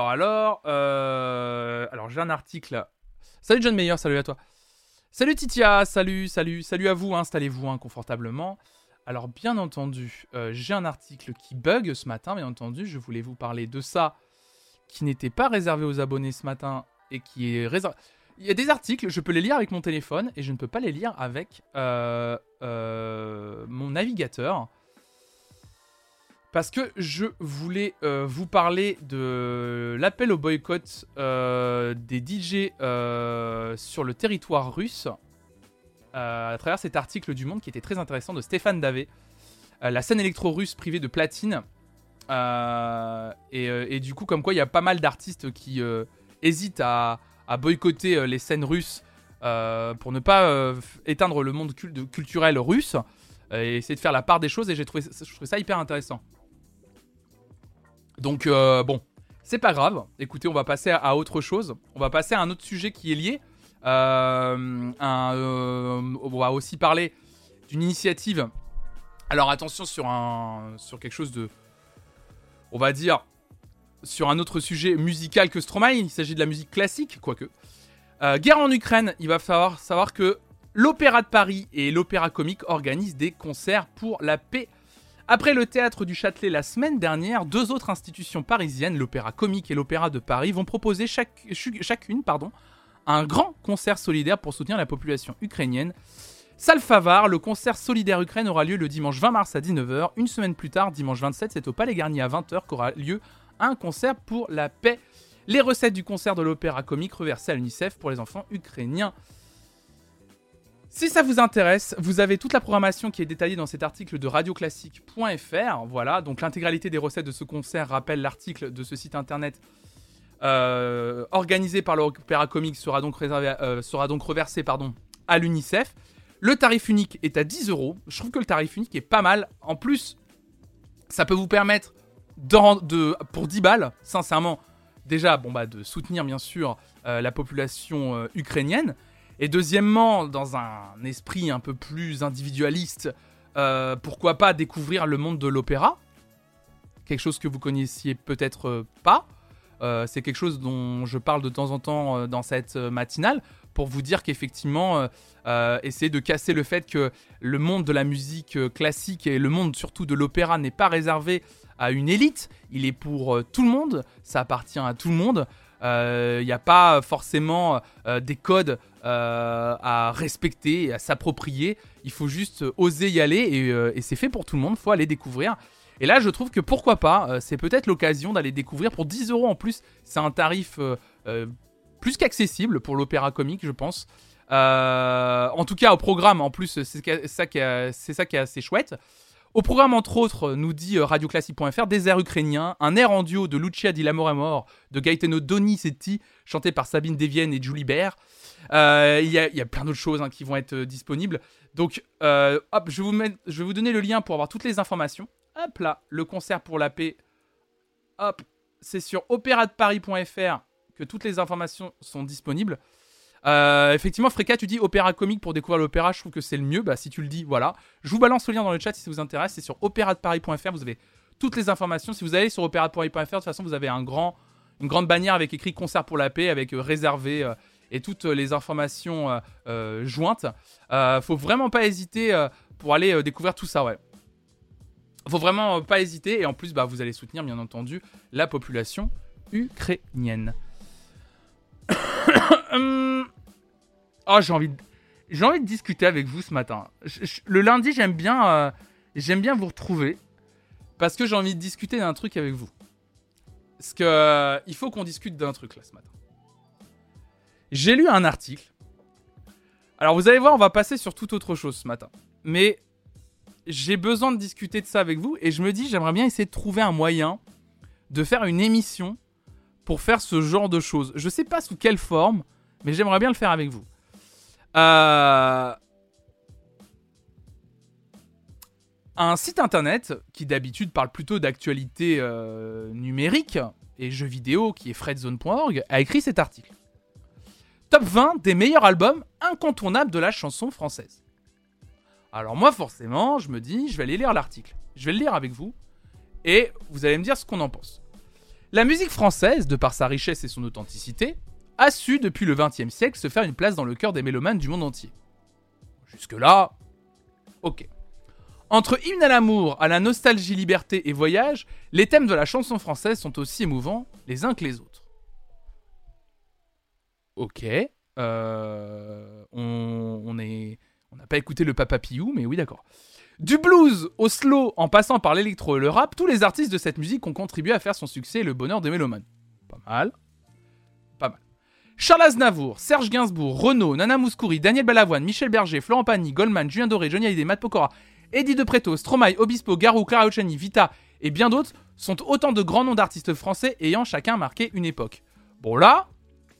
Speaker 1: j'ai un article. Salut John Mayer, salut à toi. Salut Titia, salut à vous, installez-vous confortablement. Alors, bien entendu, j'ai un article qui bug ce matin, bien entendu. Je voulais vous parler de ça, qui n'était pas réservé aux abonnés ce matin, et qui est réservé... Il y a des articles, je peux les lire avec mon téléphone et je ne peux pas les lire avec mon navigateur. Parce que je voulais vous parler de l'appel au boycott des DJ sur le territoire russe à travers cet article du Monde qui était très intéressant de Stéphane Davé. La scène électro-russe privée de platine. Et du coup, comme quoi il y a pas mal d'artistes qui hésitent à boycotter les scènes russes pour ne pas éteindre le monde culturel russe et essayer de faire la part des choses, et je trouvais ça hyper intéressant. Donc bon, c'est pas grave. Écoutez, on va passer à autre chose. On va passer à un autre sujet qui est lié. On va aussi parler d'une initiative. Alors attention sur quelque chose de... On va dire... Sur un autre sujet musical que Stromae, il s'agit de la musique classique, quoique. Guerre en Ukraine, il va falloir savoir que l'Opéra de Paris et l'Opéra Comique organisent des concerts pour la paix. Après le Théâtre du Châtelet la semaine dernière, deux autres institutions parisiennes, l'Opéra Comique et l'Opéra de Paris, vont proposer chacune un grand concert solidaire pour soutenir la population ukrainienne. Salfavar, le concert solidaire Ukraine aura lieu le dimanche 20 mars à 19h. Une semaine plus tard, dimanche 27, c'est au Palais Garnier à 20h qu'aura lieu un concert pour la paix. Les recettes du concert de l'Opéra Comique reversées à l'UNICEF pour les enfants ukrainiens. Si ça vous intéresse, vous avez toute la programmation qui est détaillée dans cet article de radioclassique.fr. Voilà, donc l'intégralité des recettes de ce concert rappelle l'article de ce site internet organisé par l'Opéra Comique sera donc reversé à l'UNICEF. Le tarif unique est à 10 €. Je trouve que le tarif unique est pas mal. En plus, ça peut vous permettre pour 10 balles, sincèrement, déjà, de soutenir bien sûr la population ukrainienne. Et deuxièmement, dans un esprit un peu plus individualiste, pourquoi pas découvrir le monde de l'opéra ? Quelque chose que vous connaissiez peut-être pas. C'est quelque chose dont je parle de temps en temps dans cette matinale. pour vous dire qu'effectivement, essayer de casser le fait que le monde de la musique classique et le monde surtout de l'opéra n'est pas réservé à une élite, il est pour tout le monde, ça appartient à tout le monde. Il n'y a pas forcément des codes à respecter et à s'approprier. Il faut juste oser y aller et c'est fait pour tout le monde, il faut aller découvrir. Et là, je trouve que pourquoi pas, c'est peut-être l'occasion d'aller découvrir pour 10 € en plus. C'est un tarif plus qu'accessible pour l'opéra comique, je pense. En tout cas, au programme, en plus, c'est ça qui est assez chouette. Au programme, entre autres, nous dit radioclassique.fr, des airs ukrainiens, un air en duo de Lucia di Lammermoor, de Gaetano Donizetti, chanté par Sabine Devienne et Julie Baer. Il y a plein d'autres choses qui vont être disponibles. Donc, hop, je vais vous donner le lien pour avoir toutes les informations. Hop là, le concert pour la paix. Hop, c'est sur opéradeparis.fr que toutes les informations sont disponibles. Effectivement, Freka, tu dis opéra comique pour découvrir l'opéra. Je trouve que c'est le mieux. Bah, si tu le dis, voilà. Je vous balance le lien dans le chat si ça vous intéresse. C'est sur opéradeparis.fr. Vous avez toutes les informations. Si vous allez sur opéradeparis.fr, de toute façon, vous avez une grande bannière avec écrit concert pour la paix, avec réservé et toutes les informations jointes. Faut vraiment pas hésiter pour aller découvrir tout ça, ouais. Faut vraiment pas hésiter. Et en plus, bah, vous allez soutenir, bien entendu, la population ukrainienne. Oh, j'ai envie de discuter avec vous ce matin. Le lundi, j'aime bien vous retrouver parce que j'ai envie de discuter d'un truc avec vous. Parce que il faut qu'on discute d'un truc là ce matin. J'ai lu un article. Alors vous allez voir, on va passer sur toute autre chose ce matin. Mais j'ai besoin de discuter de ça avec vous et je me dis, j'aimerais bien essayer de trouver un moyen de faire une émission pour faire ce genre de choses. Je sais pas sous quelle forme, mais j'aimerais bien le faire avec vous. Un site internet qui d'habitude parle plutôt d'actualité numérique et jeux vidéo, qui est fredzone.org, a écrit cet article. Top 20 des meilleurs albums incontournables de la chanson française. Alors moi forcément, je me dis, je vais aller lire l'article. Je vais le lire avec vous et vous allez me dire ce qu'on en pense. La musique française, de par sa richesse et son authenticité, a su, depuis le XXe siècle, se faire une place dans le cœur des mélomanes du monde entier. Jusque-là, ok. Entre hymne à l'amour, à la nostalgie, liberté et voyage, les thèmes de la chanson française sont aussi émouvants les uns que les autres. Ok. On n'a pas écouté le Papa Piou, mais oui, d'accord. Du blues au slow, en passant par l'électro et le rap, tous les artistes de cette musique ont contribué à faire son succès et le bonheur des mélomanes. Pas mal. Pas mal. Charles Aznavour, Serge Gainsbourg, Renaud, Nana Mouskouri, Daniel Balavoine, Michel Berger, Florent Pagny, Goldman, Julien Doré, Johnny Hallyday, Matt Pokora, Eddie De Pretto, Stromae, Obispo, Garou, Clara Luciani, Vita et bien d'autres sont autant de grands noms d'artistes français ayant chacun marqué une époque. Bon là,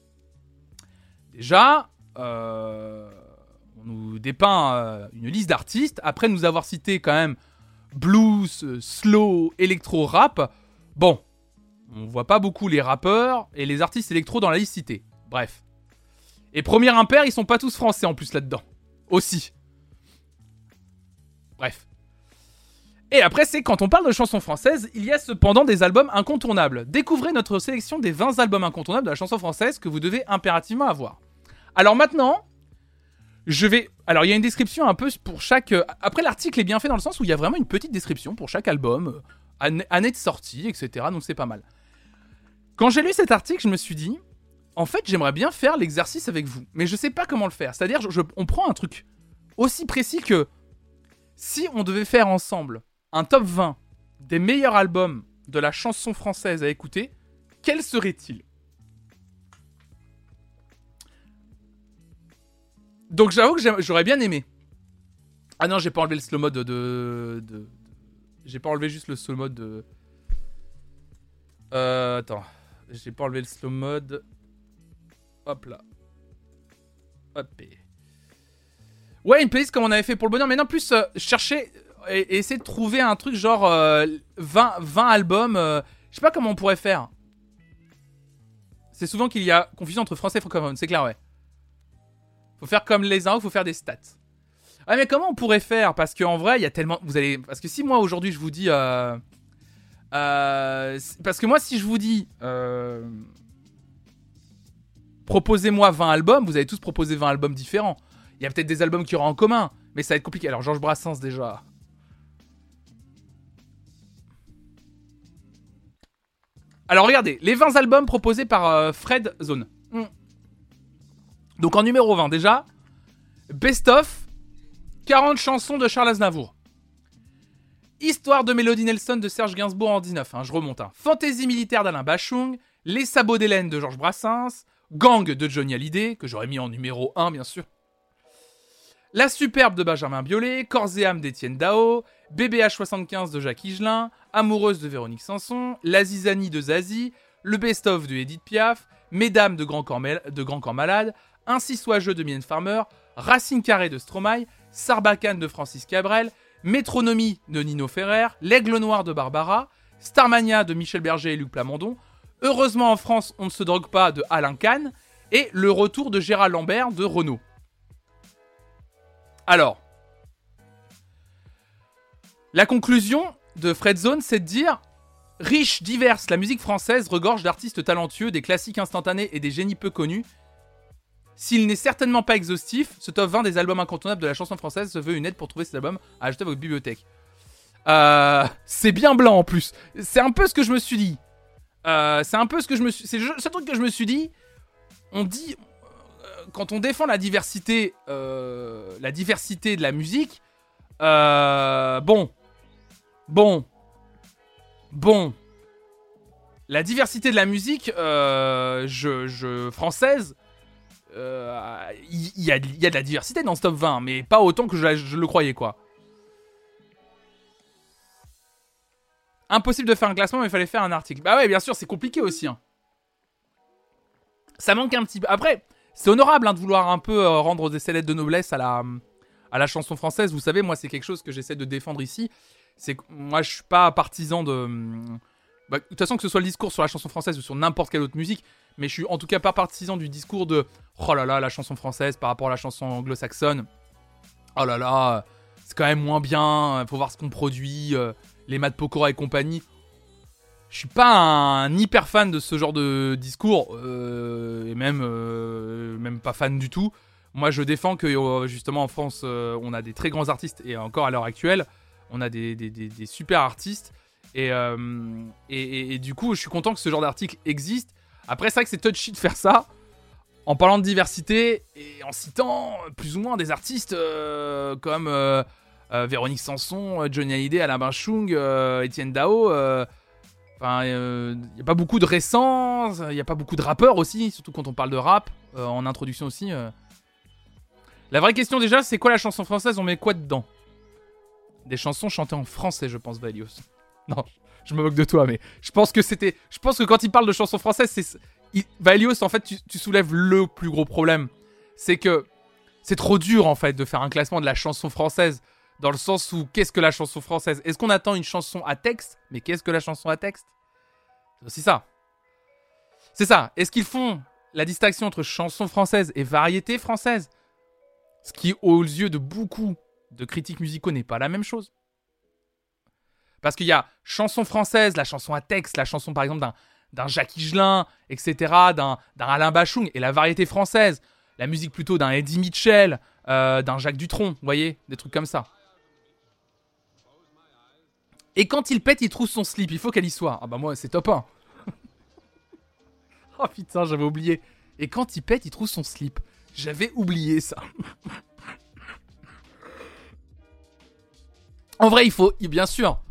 Speaker 1: déjà, on nous dépeint une liste d'artistes, après nous avoir cité quand même blues, slow, électro, rap. Bon, on voit pas beaucoup les rappeurs et les artistes électro dans la liste citée. Bref. Et premier impair, ils sont pas tous français en plus là-dedans. Aussi. Bref. Et après, c'est quand on parle de chansons françaises, il y a cependant des albums incontournables. Découvrez notre sélection des 20 albums incontournables de la chanson française que vous devez impérativement avoir. Alors maintenant, alors il y a une description un peu pour chaque... Après, l'article est bien fait dans le sens où il y a vraiment une petite description pour chaque album, année de sortie, etc. Donc c'est pas mal. Quand j'ai lu cet article, je me suis dit... En fait, j'aimerais bien faire l'exercice avec vous, mais je sais pas comment le faire. C'est-à-dire, on prend un truc aussi précis que si on devait faire ensemble un top 20 des meilleurs albums de la chanson française à écouter, quel serait-il ? Donc j'avoue que j'aurais bien aimé. Ah non, j'ai pas enlevé le slow mode j'ai pas enlevé juste le slow mode de... Attends. J'ai pas enlevé le slow mode... Hop là. Hop. Ouais, une playlist comme on avait fait pour le bonheur. Mais non, plus chercher et essayer de trouver un truc genre 20 albums. Je sais pas comment on pourrait faire. C'est souvent qu'il y a confusion entre français et francophone. C'est clair, ouais. Faut faire comme les uns, faut faire des stats. Ah, mais comment on pourrait faire ? Parce qu'en vrai, il y a tellement... Parce que si moi, aujourd'hui, je vous dis... Parce que moi, si je vous dis... proposez-moi 20 albums, vous allez tous proposer 20 albums différents. Il y a peut-être des albums qui auront en commun, mais ça va être compliqué. Alors, Georges Brassens, déjà. Alors, regardez, les 20 albums proposés par Fred Zone. Donc, en numéro 20, déjà, Best of 40 chansons de Charles Aznavour. Histoire de Mélodie Nelson de Serge Gainsbourg en 19, je remonte. Fantaisie militaire d'Alain Bachung, Les sabots d'Hélène de Georges Brassens, Gang de Johnny Hallyday, que j'aurais mis en numéro 1 bien sûr. La superbe de Benjamin Biolay, Corps et âme d'Étienne Dao, BBH 75 de Jacques Higelin, Amoureuse de Véronique Sanson, La zizanie de Zazie, le best-of de Edith Piaf, Mesdames de Grand Corps Malade, Ainsi soit jeu de Mylène Farmer, Racine carrée de Stromae, Sarbacane de Francis Cabrel, Métronomie de Nino Ferrer, L'Aigle noir de Barbara, Starmania de Michel Berger et Luc Plamondon, Heureusement en France on ne se drogue pas de Alain Kahn, et Le retour de Gérald Lambert de Renaud. Alors, la conclusion de Fred Zone, c'est de dire riche, diverse, la musique française regorge d'artistes talentueux, des classiques instantanés et des génies peu connus. S'il n'est certainement pas exhaustif, ce top 20 des albums incontournables de la chanson française se veut une aide pour trouver ces albums à ajouter à votre bibliothèque. C'est bien blanc en plus. C'est un peu ce que je me suis dit. C'est ce truc que je me suis dit. On dit quand on défend la diversité de la musique. Bon. La diversité de la musique française. Il y a de la diversité dans ce top 20, mais pas autant que je le croyais, quoi. Impossible de faire un classement, mais il fallait faire un article. Bah ouais, bien sûr, c'est compliqué aussi. Ça manque un petit peu. Après, c'est honorable de vouloir un peu rendre des lettres de noblesse à la chanson française. Vous savez, moi, c'est quelque chose que j'essaie de défendre ici. C'est que moi, je suis pas partisan de... de toute façon, que ce soit le discours sur la chanson française ou sur n'importe quelle autre musique, mais je suis en tout cas pas partisan du discours de oh là là, la chanson française par rapport à la chanson anglo-saxonne. Oh là là, c'est quand même moins bien, faut voir ce qu'on produit, les Matt Pokora et compagnie. Je suis pas un hyper fan de ce genre de discours, et même pas fan du tout. Moi, je défends que justement en France, on a des très grands artistes, et encore à l'heure actuelle, on a des super artistes. Et du coup, je suis content que ce genre d'article existe. Après, c'est vrai que c'est touchy de faire ça en parlant de diversité et en citant plus ou moins des artistes comme Véronique Sanson, Johnny Hallyday, Alain Bachung, Étienne Dao. Enfin, il n'y a pas beaucoup de récents, il n'y a pas beaucoup de rappeurs aussi, surtout quand on parle de rap, en introduction aussi. La vraie question déjà, c'est quoi la chanson française? On met quoi dedans? Des chansons chantées en français, je pense, Valios. Non, je me moque de toi, mais je pense que quand il parle de chansons françaises, Valios, en fait, tu soulèves le plus gros problème. C'est que c'est trop dur, en fait, de faire un classement de la chanson française. Dans le sens où, qu'est-ce que la chanson française? Est-ce qu'on attend une chanson à texte? Mais qu'est-ce que la chanson à texte? C'est aussi ça. C'est ça. Est-ce qu'ils font la distinction entre chanson française et variété française? Ce qui, aux yeux de beaucoup de critiques musicaux, n'est pas la même chose. Parce qu'il y a chanson française, la chanson à texte, la chanson par exemple d'un Jacques Higelin, etc., d'un Alain Bachung, et la variété française, la musique plutôt d'un Eddie Mitchell, d'un Jacques Dutronc, vous voyez, des trucs comme ça. Et quand il pète, il trouve son slip, il faut qu'elle y soit. Ah bah moi, c'est top 1. Oh putain, j'avais oublié. Et quand il pète, il trouve son slip. J'avais oublié ça. En vrai, il faut, bien sûr.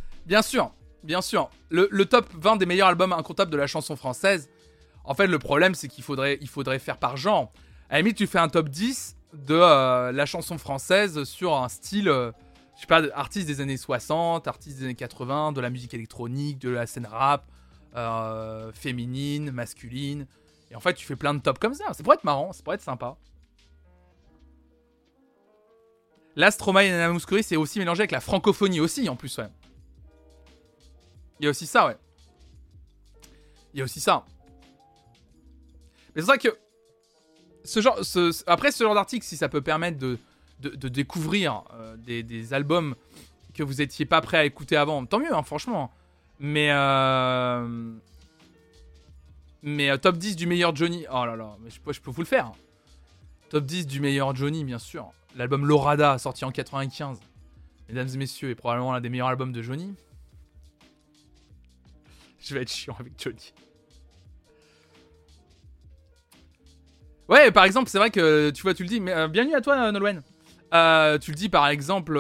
Speaker 1: Le top 20 des meilleurs albums incomptables de la chanson française. En fait, le problème, c'est qu'il faudrait faire par genre. À la limite, tu fais un top 10 de la chanson française sur un style, je sais pas, artistes des années 60, artistes des années 80, de la musique électronique, de la scène rap, féminine, masculine. Et en fait, tu fais plein de tops comme ça. Ça pourrait être marrant, ça pourrait être sympa. Là, Stromae et Nana Mouskouri, c'est aussi mélangé avec la francophonie aussi, en plus, ouais. Il y a aussi ça, ouais. Il y a aussi ça. Mais c'est vrai que après ce genre d'article, si ça peut permettre de découvrir des albums que vous étiez pas prêt à écouter avant, tant mieux, hein, franchement. Mais Mais top 10 du meilleur Johnny. Oh là là, mais je peux vous le faire. Top 10 du meilleur Johnny, bien sûr. L'album Lorada, sorti en 95. Mesdames et messieurs, est probablement l'un des meilleurs albums de Johnny. Je vais être chiant avec Johnny. Ouais, par exemple, c'est vrai que tu vois, tu le dis, mais bienvenue à toi, Nolwenn. Tu le dis par exemple.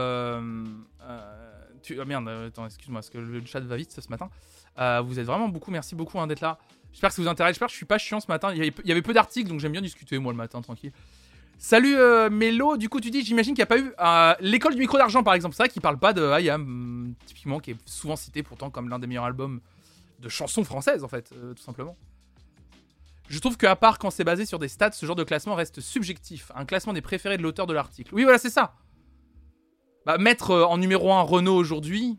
Speaker 1: Merde, attends, excuse-moi, parce que le chat va vite ce matin. Vous êtes vraiment beaucoup, merci beaucoup d'être là. J'espère que ça vous intéresse. J'espère que je suis pas chiant ce matin. Il y avait peu d'articles, donc j'aime bien discuter moi le matin, tranquille. Salut Mélo, du coup tu dis, j'imagine qu'il n'y a pas eu l'école du micro d'argent par exemple, c'est vrai qu'il parle pas de IAM, typiquement, qui est souvent cité pourtant comme l'un des meilleurs albums de chansons françaises en fait, tout simplement. Je trouve qu'à part quand c'est basé sur des stats, ce genre de classement reste subjectif. Un classement des préférés de l'auteur de l'article. Oui voilà, c'est ça. Bah, mettre en numéro 1 Renaud aujourd'hui...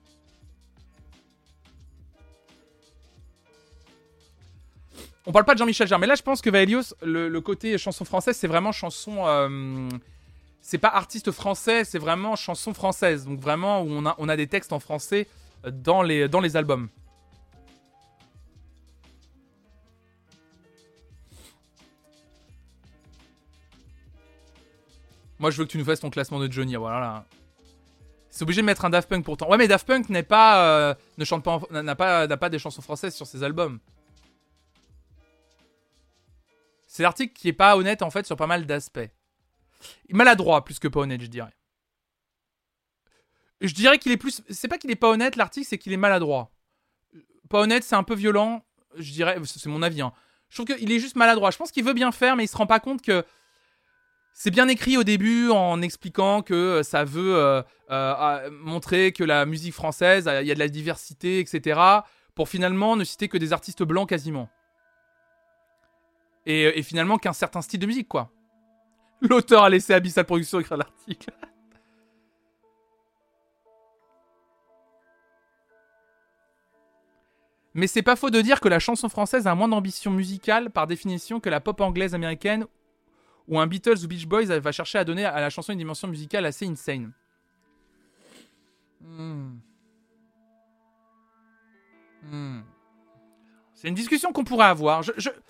Speaker 1: On parle pas de Jean-Michel Jarre, mais là je pense que Vaelios, le côté chanson française, c'est vraiment chanson... c'est pas artiste français, c'est vraiment chanson française. Donc vraiment où on a des textes en français dans les albums. Moi je veux que tu nous fasses ton classement de Johnny, voilà. C'est obligé de mettre un Daft Punk pourtant. Ouais mais Daft Punk n'est pas... ne chante pas... n'a pas des chansons françaises sur ses albums. C'est l'article qui est pas honnête en fait sur pas mal d'aspects. Maladroit plus que pas honnête, je dirais. Je dirais qu'il est plus... C'est pas qu'il est pas honnête l'article, c'est qu'il est maladroit. Pas honnête, c'est un peu violent, je dirais, c'est mon avis. Hein. Je trouve qu'il est juste maladroit. Je pense qu'il veut bien faire, mais il se rend pas compte que c'est bien écrit au début en expliquant que ça veut montrer que la musique française, il y a de la diversité, etc. Pour finalement ne citer que des artistes blancs quasiment. Et finalement qu'un certain style de musique, quoi. L'auteur a laissé Abyssal Productions écrire l'article. Mais c'est pas faux de dire que la chanson française a moins d'ambition musicale par définition que la pop anglaise américaine ou un Beatles ou Beach Boys va chercher à donner à la chanson une dimension musicale assez insane. C'est une discussion qu'on pourrait avoir.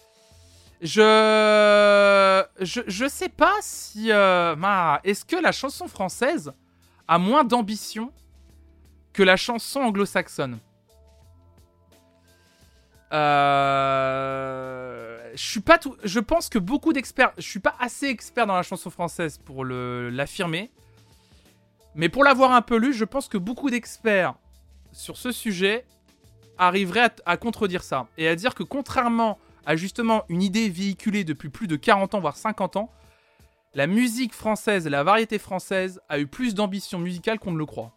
Speaker 1: Je sais pas si... est-ce que la chanson française a moins d'ambition que la chanson anglo-saxonne? Je pense que beaucoup d'experts... Je suis pas assez expert dans la chanson française pour l'affirmer. Mais pour l'avoir un peu lu, je pense que beaucoup d'experts sur ce sujet arriveraient à contredire ça. Et à dire que contrairement à justement une idée véhiculée depuis plus de 40 ans, voire 50 ans, la musique française, la variété française a eu plus d'ambition musicale qu'on ne le croit.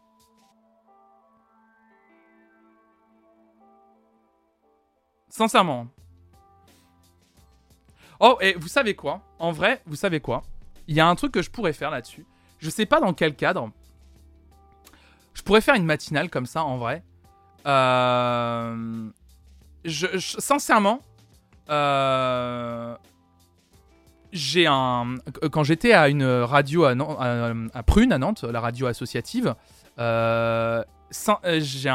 Speaker 1: Sincèrement. Oh, et vous savez quoi? En vrai, vous savez quoi? Il y a un truc que je pourrais faire là-dessus. Je sais pas dans quel cadre. Je pourrais faire une matinale comme ça, en vrai. Sincèrement... quand j'étais à une radio à Prune à Nantes, la radio associative, il y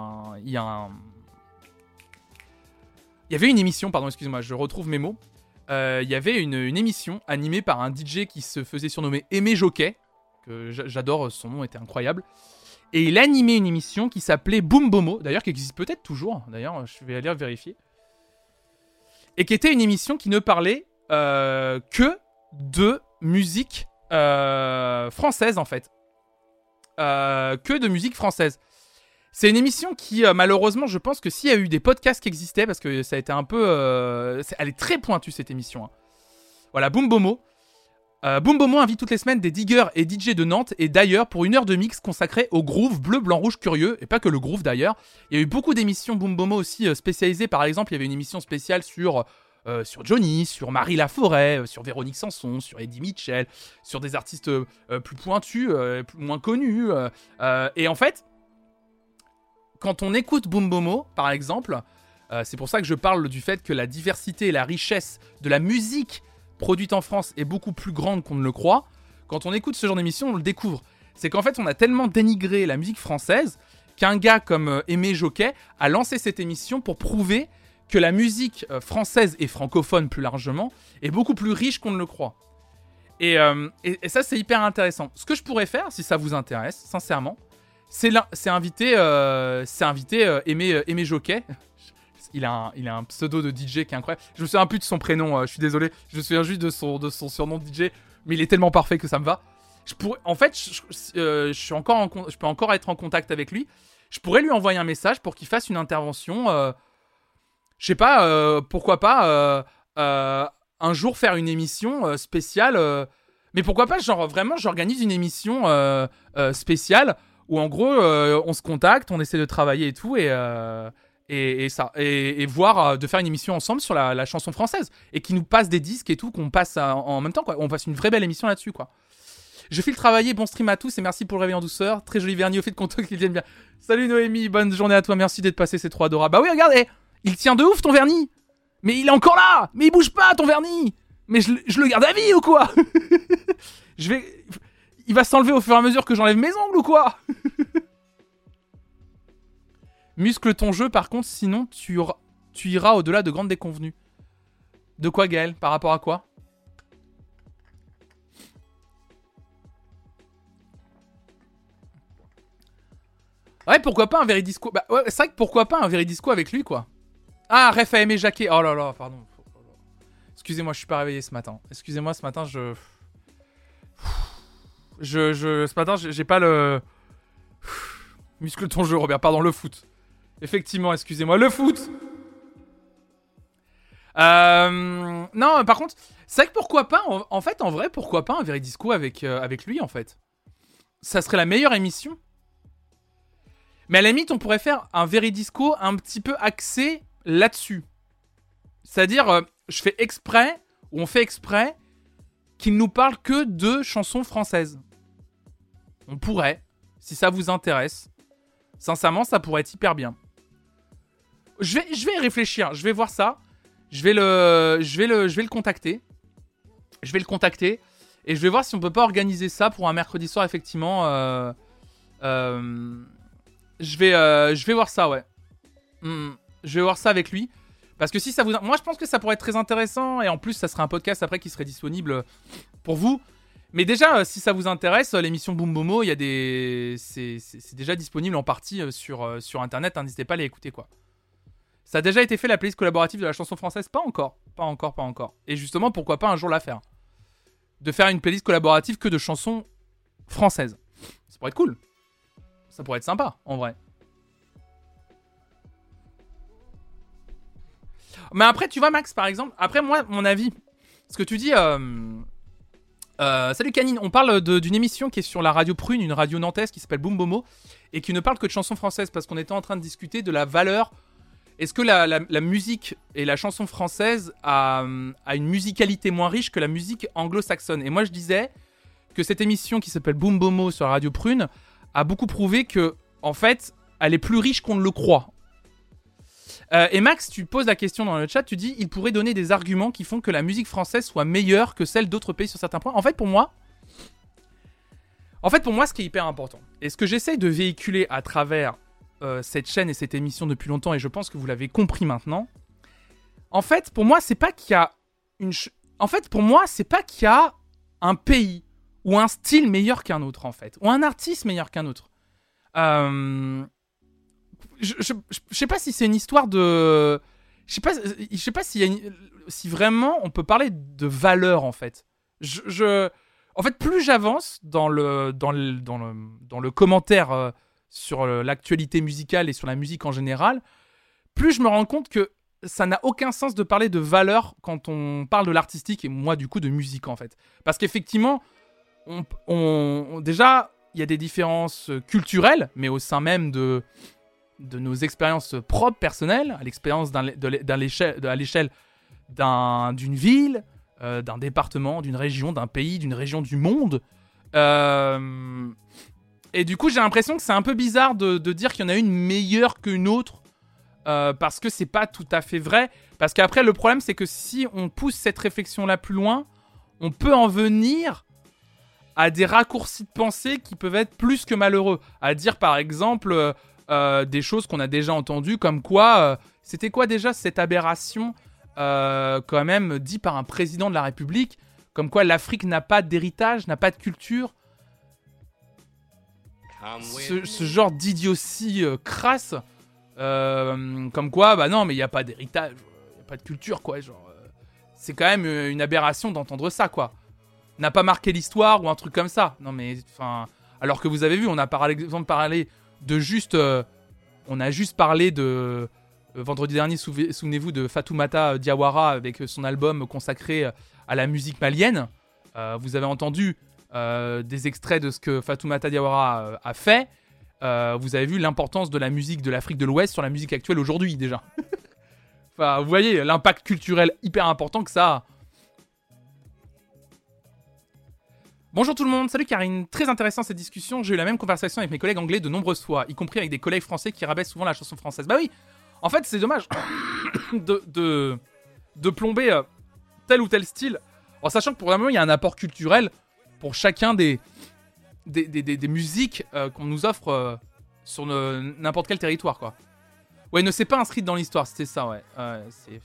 Speaker 1: avait une émission, pardon, excusez-moi, je retrouve mes mots. Il y avait une émission animée par un DJ qui se faisait surnommer Aimé Jocquet, que j'adore, son nom était incroyable. Et il animait une émission qui s'appelait Boom Bomo, d'ailleurs qui existe peut-être toujours, d'ailleurs je vais aller vérifier. Et qui était une émission qui ne parlait que de musique française, en fait. Que de musique française. C'est une émission qui, malheureusement, je pense que s'il y a eu des podcasts qui existaient, parce que ça a été un peu... elle est très pointue, cette émission. Hein. Voilà, Boom Bomo. Boom Bomo invite toutes les semaines des diggers et DJ de Nantes et d'ailleurs pour une heure de mix consacrée au groove bleu, blanc, rouge, curieux, et pas que le groove d'ailleurs. Il y a eu beaucoup d'émissions Boom Bomo aussi spécialisées, par exemple il y avait une émission spéciale sur Johnny, sur Marie Laforêt, sur Véronique Sanson, sur Eddie Mitchell, sur des artistes plus pointus, moins connus. Et en fait, quand on écoute Boom Bomo, par exemple, c'est pour ça que je parle du fait que la diversité et la richesse de la musique produite en France est beaucoup plus grande qu'on ne le croit. Quand on écoute ce genre d'émission, on le découvre. C'est qu'en fait, on a tellement dénigré la musique française qu'un gars comme Aimé Jocquet a lancé cette émission pour prouver que la musique française et francophone plus largement est beaucoup plus riche qu'on ne le croit. Et ça, c'est hyper intéressant. Ce que je pourrais faire, si ça vous intéresse, sincèrement, c'est inviter Aimé Jocquet. Il a un pseudo de DJ qui est incroyable. Je me souviens plus de son prénom, je suis désolé. Je me souviens juste de son surnom de DJ, mais il est tellement parfait que ça me va. Je peux encore être en contact avec lui. Je pourrais lui envoyer un message pour qu'il fasse une intervention. Je sais pas, pourquoi pas un jour faire une émission spéciale. Mais pourquoi pas, genre vraiment, j'organise une émission spéciale où en gros, on se contacte, on essaie de travailler et tout, et voir de faire une émission ensemble sur la chanson française et qui nous passe des disques et tout, qu'on passe en même temps, quoi. On passe une vraie belle émission là-dessus, quoi. Je file travailler, bon stream à tous et merci pour le réveil en douceur. Très joli vernis au fait de contact qu'ils viennent bien. Salut Noémie, bonne journée à toi, merci d'être passé, c'est trop adorable. Bah oui, regarde, il tient de ouf ton vernis. Mais il est encore là. Mais il bouge pas ton vernis. Mais je le garde à vie ou quoi? Il va s'enlever au fur et à mesure que j'enlève mes ongles ou quoi? Muscle ton jeu par contre, sinon tu iras au-delà de grandes déconvenues. De quoi Gaël? Par rapport à quoi? Ouais, pourquoi pas un Veridisco? Bah ouais, c'est vrai que pourquoi pas un Veridisco avec lui, quoi. Ah, ref à Aimé Jacquet. Oh là là, pardon. Excusez-moi, je suis pas réveillé ce matin. Excusez-moi, ce matin, ce matin, j'ai pas le... Muscle ton jeu, Robert. Pardon, le foot. Effectivement, excusez-moi, le foot. Non, par contre, c'est vrai que pourquoi pas, en vrai, pourquoi pas un Veridisco avec lui, en fait. Ça serait la meilleure émission. Mais à la limite, on pourrait faire un Veridisco un petit peu axé là-dessus. C'est-à-dire, on fait exprès qu'il nous parle que de chansons françaises. On pourrait, si ça vous intéresse. Sincèrement, ça pourrait être hyper bien. Je vais y réfléchir, je vais voir ça. Je vais le contacter. Je vais le contacter et je vais voir si on peut pas organiser ça pour un mercredi soir, effectivement. Je vais voir ça, ouais. Je vais voir ça avec lui. Parce que si ça vous... Moi, je pense que ça pourrait être très intéressant. Et en plus, ça serait un podcast après qui serait disponible pour vous. Mais déjà, si ça vous intéresse, l'émission Boom Bomo, il y a des... C'est déjà disponible en partie sur Internet. Hein, n'hésitez pas à les écouter, quoi. Ça a déjà été fait, la playlist collaborative de la chanson française? Pas encore. Et justement, pourquoi pas un jour la faire? De faire une playlist collaborative que de chansons françaises. Ça pourrait être cool. Ça pourrait être sympa, en vrai. Mais après, tu vois, Max, par exemple... Après, moi, mon avis... Ce que tu dis... salut Canine, on parle d'une émission qui est sur la radio Prune, une radio nantaise qui s'appelle Boom Bomo, et qui ne parle que de chansons françaises, parce qu'on était en train de discuter de la valeur... Est-ce que la musique et la chanson française a une musicalité moins riche que la musique anglo-saxonne? Et moi, je disais que cette émission qui s'appelle Boom Bomo sur la radio Prune a beaucoup prouvé que, en fait, elle est plus riche qu'on ne le croit. Et Max, tu poses la question dans le chat, tu dis, il pourrait donner des arguments qui font que la musique française soit meilleure que celle d'autres pays sur certains points. En fait, pour moi, ce qui est hyper important, et ce que j'essaye de véhiculer à travers cette chaîne et cette émission depuis longtemps, et je pense que vous l'avez compris maintenant, en fait, pour moi, c'est pas qu'il y a un pays ou un style meilleur qu'un autre, en fait, ou un artiste meilleur qu'un autre. Je sais pas si c'est une histoire de... Je sais pas si vraiment on peut parler de valeur, en fait. En fait, plus j'avance dans le commentaire sur l'actualité musicale et sur la musique en général, plus je me rends compte que ça n'a aucun sens de parler de valeur quand on parle de l'artistique et moi, du coup, de musique, en fait. Parce qu'effectivement, déjà, il y a des différences culturelles, mais au sein même de nos expériences propres, personnelles, à l'expérience à l'échelle d'une ville, d'un département, d'une région, d'un pays, d'une région du monde. Et du coup, j'ai l'impression que c'est un peu bizarre de dire qu'il y en a une meilleure qu'une autre, parce que c'est pas tout à fait vrai. Parce qu'après, le problème, c'est que si on pousse cette réflexion-là plus loin, on peut en venir à des raccourcis de pensée qui peuvent être plus que malheureux. À dire, par exemple, des choses qu'on a déjà entendues, comme quoi, c'était quoi déjà cette aberration quand même dit par un président de la République, comme quoi l'Afrique n'a pas d'héritage, n'a pas de culture. Ce genre d'idiotie crasse, comme quoi, bah non, mais il n'y a pas d'héritage, il n'y a pas de culture, quoi. Genre, c'est quand même une aberration d'entendre ça, quoi. N'a pas marqué l'histoire ou un truc comme ça. Non, mais, enfin... Alors que vous avez vu, on a par exemple parlé de juste... on a juste parlé de... vendredi dernier, souvenez-vous de Fatoumata Diawara avec son album consacré à la musique malienne. Vous avez entendu des extraits de ce que Fatoumata Diawara a fait. Vous avez vu l'importance de la musique de l'Afrique de l'Ouest sur la musique actuelle aujourd'hui, déjà. Enfin, vous voyez l'impact culturel hyper important que ça a. Bonjour tout le monde, salut Karine. Très intéressant cette discussion. J'ai eu la même conversation avec mes collègues anglais de nombreuses fois, y compris avec des collègues français qui rabaissent souvent la chanson française. Bah oui, en fait c'est dommage de plomber tel ou tel style, en sachant que pour le moment il y a un apport culturel pour chacun des musiques qu'on nous offre sur n'importe quel territoire, quoi. Ouais, ne s'est pas inscrite dans l'histoire, c'était ça, ouais. C'est...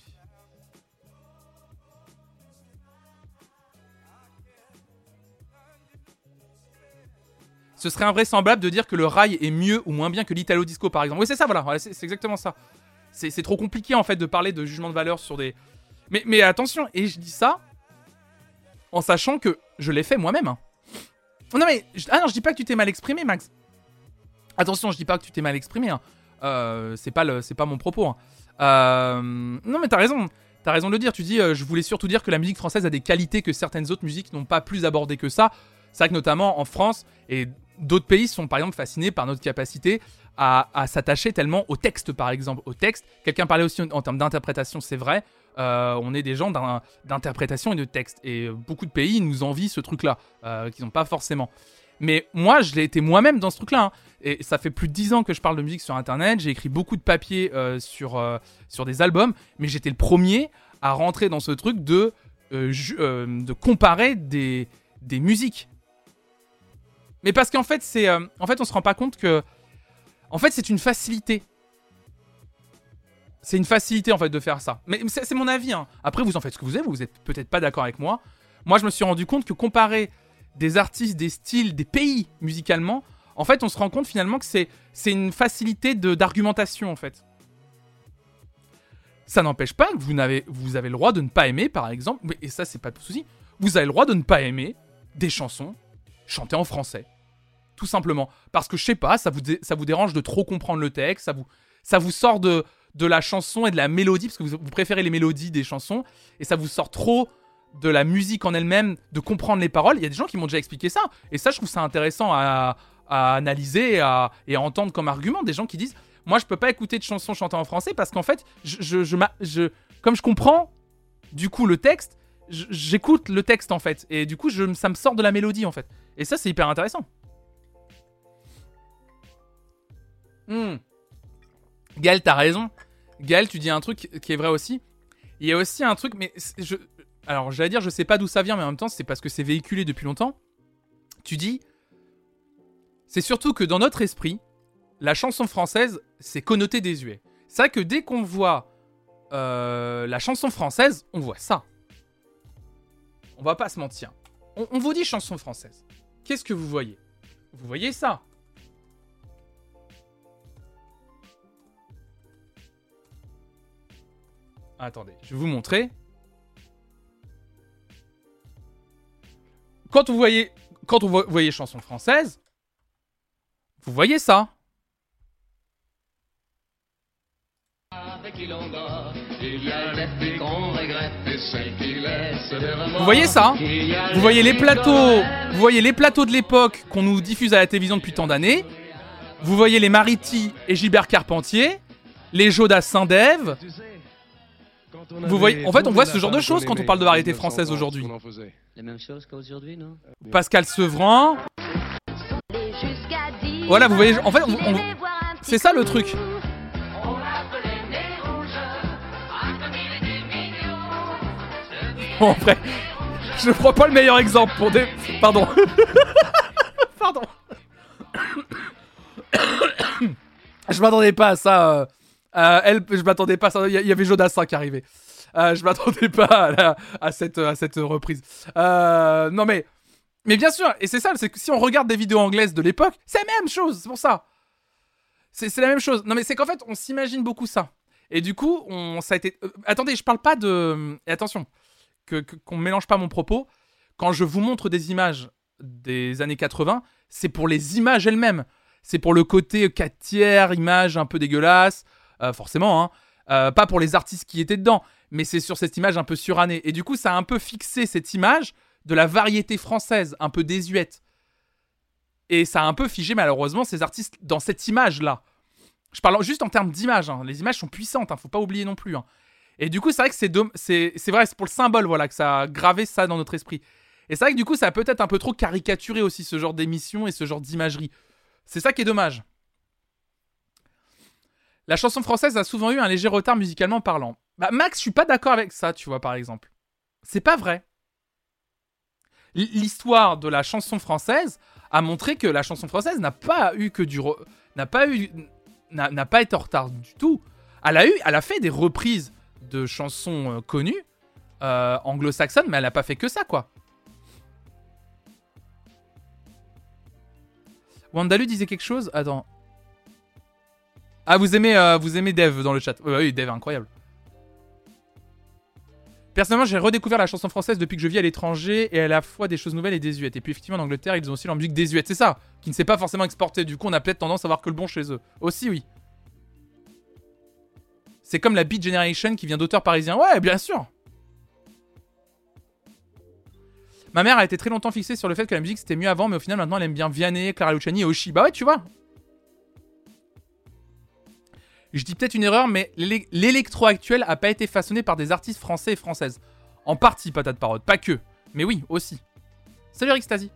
Speaker 1: Ce serait invraisemblable de dire que le rail est mieux ou moins bien que l'Italo Disco, par exemple. Oui, c'est ça, voilà, c'est exactement ça. C'est trop compliqué, en fait, de parler de jugement de valeur sur des... Mais attention, et je dis ça en sachant que je l'ai fait moi-même. Hein. Non, mais... non, je dis pas que tu t'es mal exprimé, Max. Attention, je dis pas que tu t'es mal exprimé. Hein. C'est pas mon propos. Hein. Non, mais t'as raison. T'as raison de le dire. Tu dis, je voulais surtout dire que la musique française a des qualités que certaines autres musiques n'ont pas plus abordées que ça. C'est vrai que notamment en France et d'autres pays sont par exemple fascinés par notre capacité à s'attacher tellement au texte, par exemple. Au texte, quelqu'un parlait aussi en termes d'interprétation, c'est vrai. On est des gens d'interprétation et de texte. Et beaucoup de pays nous envient ce truc-là, qu'ils n'ont pas forcément. Mais moi, je l'ai été moi-même dans ce truc-là. Hein. Et ça fait plus de 10 ans que je parle de musique sur Internet. J'ai écrit beaucoup de papiers sur des albums. Mais j'étais le premier à rentrer dans ce truc de comparer des musiques. Mais parce qu'en fait, en fait, on se rend pas compte que... En fait, c'est une facilité. C'est une facilité, en fait, de faire ça. Mais c'est mon avis. Hein. Après, vous en faites ce que vous voulez. Vous êtes peut-être pas d'accord avec moi. Moi, je me suis rendu compte que comparer des artistes, des styles, des pays musicalement, en fait, on se rend compte finalement que c'est une facilité d'argumentation, en fait. Ça n'empêche pas que vous avez le droit de ne pas aimer, par exemple, et ça, c'est pas de souci. Vous avez le droit de ne pas aimer des chansons chantées en français. Tout simplement. Parce que, je sais pas, ça vous dérange de trop comprendre le texte, ça vous sort de la chanson et de la mélodie, parce que vous préférez les mélodies des chansons, et ça vous sort trop de la musique en elle-même, de comprendre les paroles. Il y a des gens qui m'ont déjà expliqué ça, et ça, je trouve ça intéressant à analyser et à entendre comme argument. Des gens qui disent, moi, je peux pas écouter de chansons chantées en français, parce qu'en fait, comme je comprends, du coup, le texte, j'écoute le texte, en fait, et du coup, ça me sort de la mélodie, en fait. Et ça, c'est hyper intéressant. Gaël, t'as raison. Gaël, tu dis un truc qui est vrai aussi. Il y a aussi un truc, mais alors j'allais dire, je sais pas d'où ça vient, mais en même temps, c'est parce que c'est véhiculé depuis longtemps. Tu dis, c'est surtout que dans notre esprit, la chanson française, c'est connoté désuet. C'est vrai que dès qu'on voit la chanson française, on voit ça. On va pas se mentir. On vous dit chanson française. Qu'est-ce que vous voyez ? Vous voyez ça ? Attendez, je vais vous montrer. Quand vous voyez chanson française, vous voyez ça. Vous voyez ça. Vous voyez les plateaux de l'époque qu'on nous diffuse à la télévision depuis tant d'années. Vous voyez les Mariti et Gilbert Carpentier, les Jodas Saint-Dève. Vous voyez, en fait, on voit ce genre de choses quand on parle de variété française aujourd'hui.
Speaker 2: La même chose qu'aujourd'hui, non ?
Speaker 1: Pascal Sevran. Voilà, vous voyez, en fait, c'est ça le truc. Bon, après, je prends pas le meilleur exemple pour des... Pardon. Pardon. je m'attendais pas à ça. Je m'attendais pas à ça. Il y avait Jodassin qui arrivait. Je m'attendais pas à cette reprise. Non mais bien sûr, et c'est ça, c'est que si on regarde des vidéos anglaises de l'époque, c'est la même chose, c'est pour ça. C'est la même chose. Non mais c'est qu'en fait, on s'imagine beaucoup ça. Et du coup, ça a été... attendez, je parle pas de... Et attention, qu'on mélange pas mon propos. Quand je vous montre des images des années 80, c'est pour les images elles-mêmes. C'est pour le côté 4/3, image un peu dégueulasse, forcément, hein. Pas pour les artistes qui étaient dedans, mais c'est sur cette image un peu surannée. Et du coup, ça a un peu fixé cette image de la variété française, un peu désuète. Et ça a un peu figé, malheureusement, ces artistes dans cette image-là. Je parle juste en termes d'image, hein. Les images sont puissantes, hein, faut pas oublier non plus. Hein. Et du coup, c'est vrai que c'est vrai, c'est pour le symbole, voilà, que ça a gravé ça dans notre esprit. Et c'est vrai que du coup, ça a peut-être un peu trop caricaturé aussi ce genre d'émission et ce genre d'imagerie. C'est ça qui est dommage. La chanson française a souvent eu un léger retard musicalement parlant. Bah, Max, je suis pas d'accord avec ça, tu vois, par exemple. C'est pas vrai. L'histoire de la chanson française a montré que la chanson française n'a pas eu que du... n'a pas été en retard du tout. Elle a fait des reprises de chansons connues, anglo-saxonnes, mais elle a pas fait que ça, quoi. Wandalu disait quelque chose. Attends. Ah, vous aimez Dev dans le chat. Oui, Dev, incroyable. Personnellement, j'ai redécouvert la chanson française depuis que je vis à l'étranger et à la fois des choses nouvelles et désuètes. Et puis effectivement, en Angleterre, ils ont aussi leur musique désuète. C'est ça, qui ne s'est pas forcément exportée. Du coup, on a peut-être tendance à voir que le bon chez eux. Aussi, oui. C'est comme la Beat Generation qui vient d'auteurs parisiens. Ouais, bien sûr. Ma mère a été très longtemps fixée sur le fait que la musique c'était mieux avant, mais au final, maintenant, elle aime bien Vianney, Clara Luciani et Oshi. Bah ouais, tu vois. Je dis peut-être une erreur, mais l'électro actuel a pas été façonné par des artistes français et françaises. En partie, patate parole, pas que. Mais oui, aussi. Salut Rixtasy.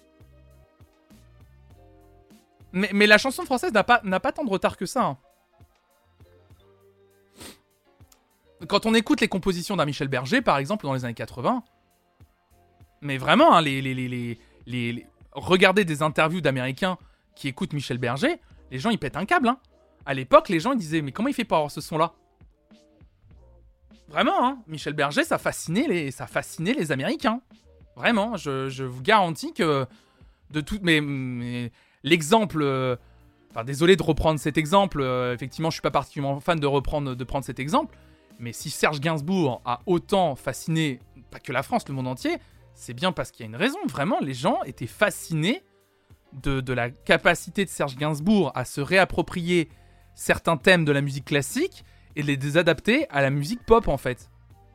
Speaker 1: Mais la chanson française n'a pas tant de retard que ça. Hein. Quand on écoute les compositions d'un Michel Berger, par exemple, dans les années 80, mais vraiment, hein, regardez des interviews d'Américains qui écoutent Michel Berger, les gens ils pètent un câble, hein. À l'époque, les gens ils disaient mais comment il fait pour avoir ce son-là? Vraiment, hein, Michel Berger, ça fascinait les Américains. Vraiment, je vous garantis que de tout, mais l'exemple, enfin désolé de reprendre cet exemple. Effectivement, je suis pas particulièrement fan de prendre cet exemple, mais si Serge Gainsbourg a autant fasciné pas que la France, le monde entier, c'est bien parce qu'il y a une raison. Vraiment, les gens étaient fascinés de la capacité de Serge Gainsbourg à se réapproprier certains thèmes de la musique classique et de les adapter à la musique pop, en fait.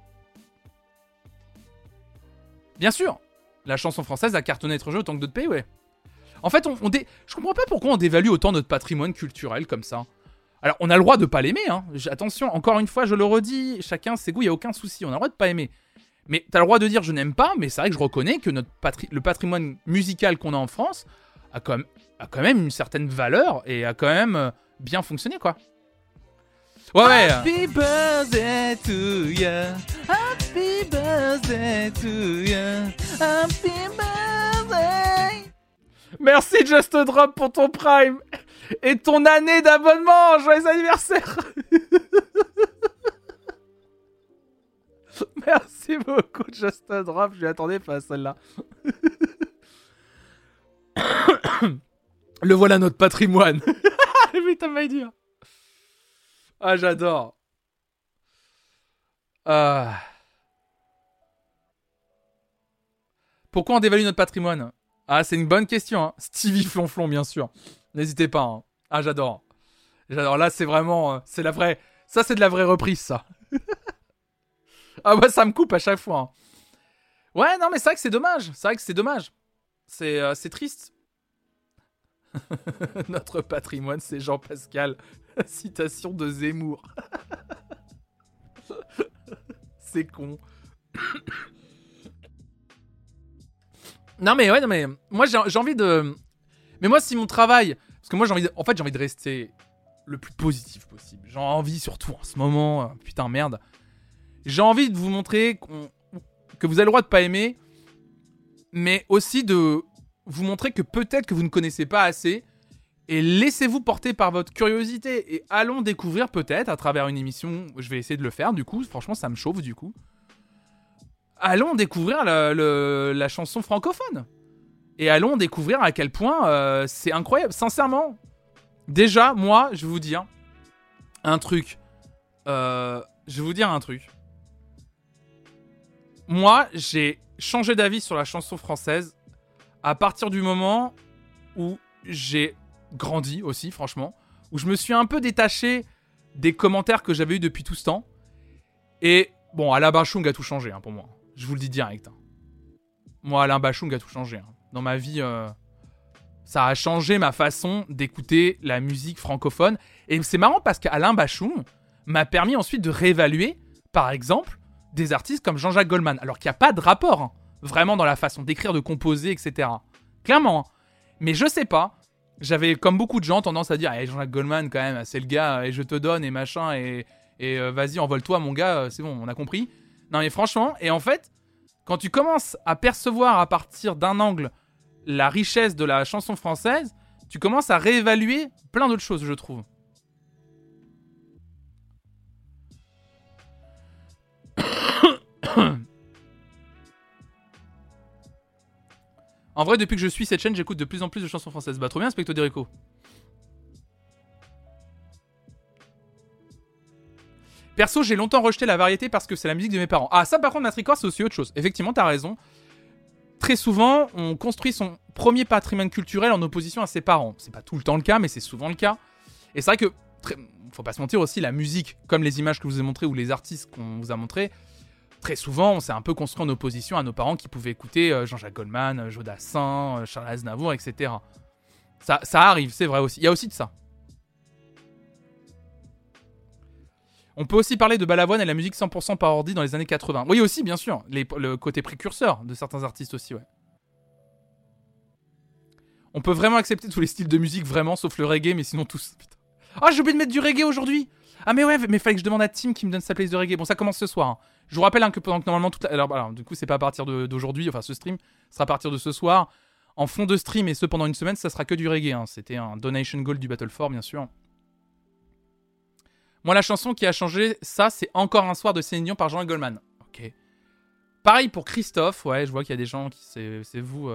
Speaker 1: Bien sûr, la chanson française a cartonné à l'étranger autant que d'autres pays, ouais. En fait, je comprends pas pourquoi on dévalue autant notre patrimoine culturel comme ça. Alors, on a le droit de pas l'aimer, hein. Attention, encore une fois, je le redis, chacun ses goûts, il n'y a aucun souci, on a le droit de pas aimer. Mais t'as le droit de dire je n'aime pas, mais c'est vrai que je reconnais que le patrimoine musical qu'on a en France a quand même une certaine valeur et a quand même bien fonctionné, quoi. Ouais. Happy birthday to ya. Happy birthday to ya. Happy birthday. Merci Just Drop pour ton Prime et ton année d'abonnement. Joyeux anniversaire. Merci beaucoup Just Drop. Je lui attendais pas à celle-là. Le voilà notre patrimoine. Putain, m'a dit. Ah, j'adore. Pourquoi on dévalue notre patrimoine? Ah, c'est une bonne question. Hein. Stevie Flonflon, bien sûr. N'hésitez pas. Hein. Ah, j'adore. J'adore. Là, c'est vraiment... c'est la vraie... Ça, c'est de la vraie reprise, ça. Ah, bah, ça me coupe à chaque fois. Hein. Ouais, non, mais c'est vrai que c'est dommage. C'est triste. Notre patrimoine, c'est Jean Pascal. Citation de Zemmour. C'est con. Non mais moi j'ai envie de... Mais moi si mon travail... Parce que moi j'ai envie de rester le plus positif possible. J'ai envie surtout en ce moment... Putain merde. J'ai envie de vous montrer que vous avez le droit de pas aimer. Mais aussi de vous montrer que peut-être que vous ne connaissez pas assez. Et laissez-vous porter par votre curiosité. Et allons découvrir peut-être, à travers une émission, je vais essayer de le faire du coup, franchement ça me chauffe du coup. Allons découvrir la chanson francophone. Et allons découvrir à quel point c'est incroyable. Sincèrement, déjà, moi, je vais vous dire un truc. Moi, j'ai changé d'avis sur la chanson française à partir du moment où j'ai grandi aussi, franchement. Où je me suis un peu détaché des commentaires que j'avais eu depuis tout ce temps. Et bon, Alain Bachung a tout changé pour moi. Je vous le dis direct. Moi, Alain Bachung a tout changé. Dans ma vie, ça a changé ma façon d'écouter la musique francophone. Et c'est marrant parce qu'Alain Bachung m'a permis ensuite de réévaluer, par exemple, des artistes comme Jean-Jacques Goldman. Alors qu'il n'y a pas de rapport, vraiment dans la façon d'écrire, de composer, etc. Clairement. Mais je sais pas. J'avais, comme beaucoup de gens, tendance à dire Jean-Jacques Goldman, quand même, c'est le gars, et je te donne, et machin, et vas-y, envole-toi, mon gars, c'est bon, on a compris. Non, mais franchement, et en fait, quand tu commences à percevoir à partir d'un angle la richesse de la chanson française, tu commences à réévaluer plein d'autres choses, je trouve. En vrai, depuis que je suis cette chaîne, j'écoute de plus en plus de chansons françaises. Bah, trop bien, Specto Derico. Perso, j'ai longtemps rejeté la variété parce que c'est la musique de mes parents. Ah, ça, par contre, Matricor, c'est aussi autre chose. Effectivement, t'as raison. Très souvent, on construit son premier patrimoine culturel en opposition à ses parents. C'est pas tout le temps le cas, mais c'est souvent le cas. Et c'est vrai que, faut pas se mentir aussi, la musique, comme les images que je vous ai montrées ou les artistes qu'on vous a montrés, très souvent, on s'est un peu construit en opposition à nos parents qui pouvaient écouter Jean-Jacques Goldman, Jodassin, Charles Aznavour, etc. Ça arrive, c'est vrai aussi. Il y a aussi de ça. On peut aussi parler de Balavoine et la musique 100% par ordi dans les années 80. Oui, aussi, bien sûr. Le côté précurseur de certains artistes aussi, ouais. On peut vraiment accepter tous les styles de musique, vraiment, sauf le reggae, mais sinon tous. Putain. Ah, j'ai oublié de mettre du reggae aujourd'hui. Ah, mais ouais, mais fallait que je demande à Tim qui me donne sa playlist de reggae. Bon, ça commence ce soir. Je vous rappelle que pendant que normalement alors, du coup, c'est pas à partir d'aujourd'hui, enfin, ce stream sera à partir de ce soir. En fond de stream, et ce pendant une semaine, ça sera que du reggae. C'était un donation goal du Battle 4, bien sûr. Moi, la chanson qui a changé ça, c'est Encore un soir de Céline Dion par Jean-Jacques Goldman. Ok. Pareil pour Christophe. Ouais, je vois qu'il y a des gens qui... C'est vous...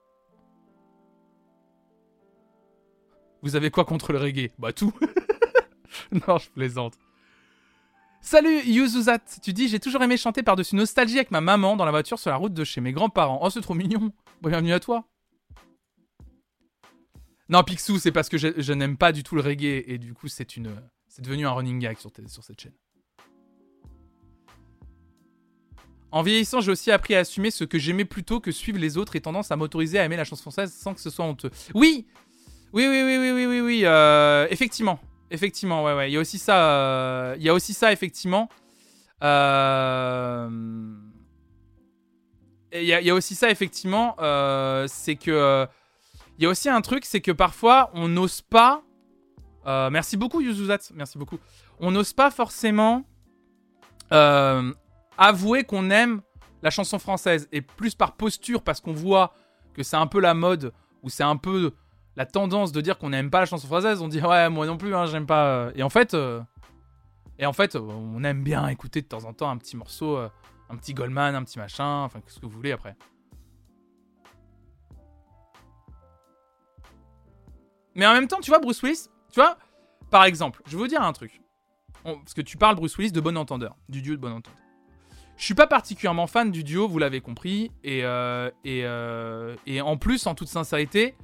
Speaker 1: Vous avez quoi contre le reggae? Bah, tout. Non, je plaisante. Salut, Yuzuzat. Tu dis, j'ai toujours aimé chanter par-dessus Nostalgie avec ma maman dans la voiture sur la route de chez mes grands-parents. Oh, c'est trop mignon. Bon, bienvenue à toi. Non, Picsou, c'est parce que je n'aime pas du tout le reggae. Et du coup, c'est devenu un running gag sur cette chaîne. En vieillissant, j'ai aussi appris à assumer ce que j'aimais plutôt que suivre les autres et tendance à m'autoriser à aimer la chanson française sans que ce soit honteux. Oui. Effectivement. Effectivement, ouais. Il y a aussi ça, effectivement. Il y a aussi ça, effectivement. C'est que... Il y a aussi un truc, c'est que parfois, on n'ose pas... merci beaucoup, Yuzuzat. Merci beaucoup. On n'ose pas forcément avouer qu'on aime la chanson française. Et plus par posture, parce qu'on voit que c'est un peu la mode, ou c'est un peu la tendance de dire qu'on n'aime pas la chanson française. On dit, ouais, moi non plus, j'aime pas. Et en fait, on aime bien écouter de temps en temps un petit morceau, un petit Goldman, un petit machin, enfin, ce que vous voulez après. Mais en même temps, tu vois, Bruce Willis, tu vois, par exemple, je vais vous dire un truc. Parce que tu parles, Bruce Willis, de Bon Entendeur, du duo de Bon Entendeur. Je suis pas particulièrement fan du duo, vous l'avez compris, et en plus, en toute sincérité,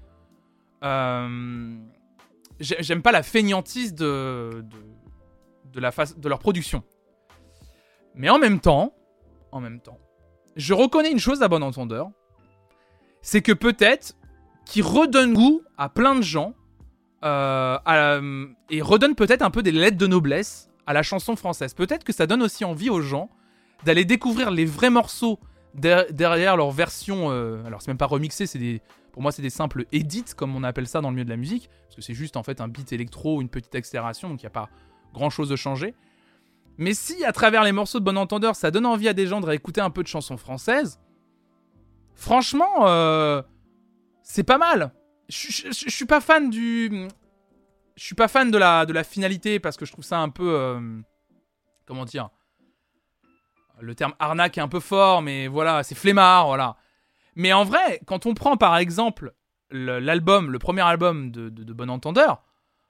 Speaker 1: j'aime pas la fainéantise de leur production. Mais en même temps, je reconnais une chose à Bon Entendeur, c'est que peut-être qu'il redonne goût à plein de gens, et redonne peut-être un peu des lettres de noblesse à la chanson française. Peut-être que ça donne aussi envie aux gens d'aller découvrir les vrais morceaux derrière leur version. Alors c'est même pas remixé, pour moi c'est des simples edits comme on appelle ça dans le milieu de la musique, parce que c'est juste en fait un beat électro, une petite accélération, donc il n'y a pas grand chose de changé. Mais si à travers les morceaux de Bon Entendeur ça donne envie à des gens de réécouter un peu de chansons françaises, franchement c'est pas mal. Je suis pas fan du... je suis pas fan de la finalité parce que je trouve ça un peu... comment dire ? Le terme arnaque est un peu fort, mais voilà, c'est flemmard, voilà. Mais en vrai, quand on prend par exemple le premier album de Bon Entendeur,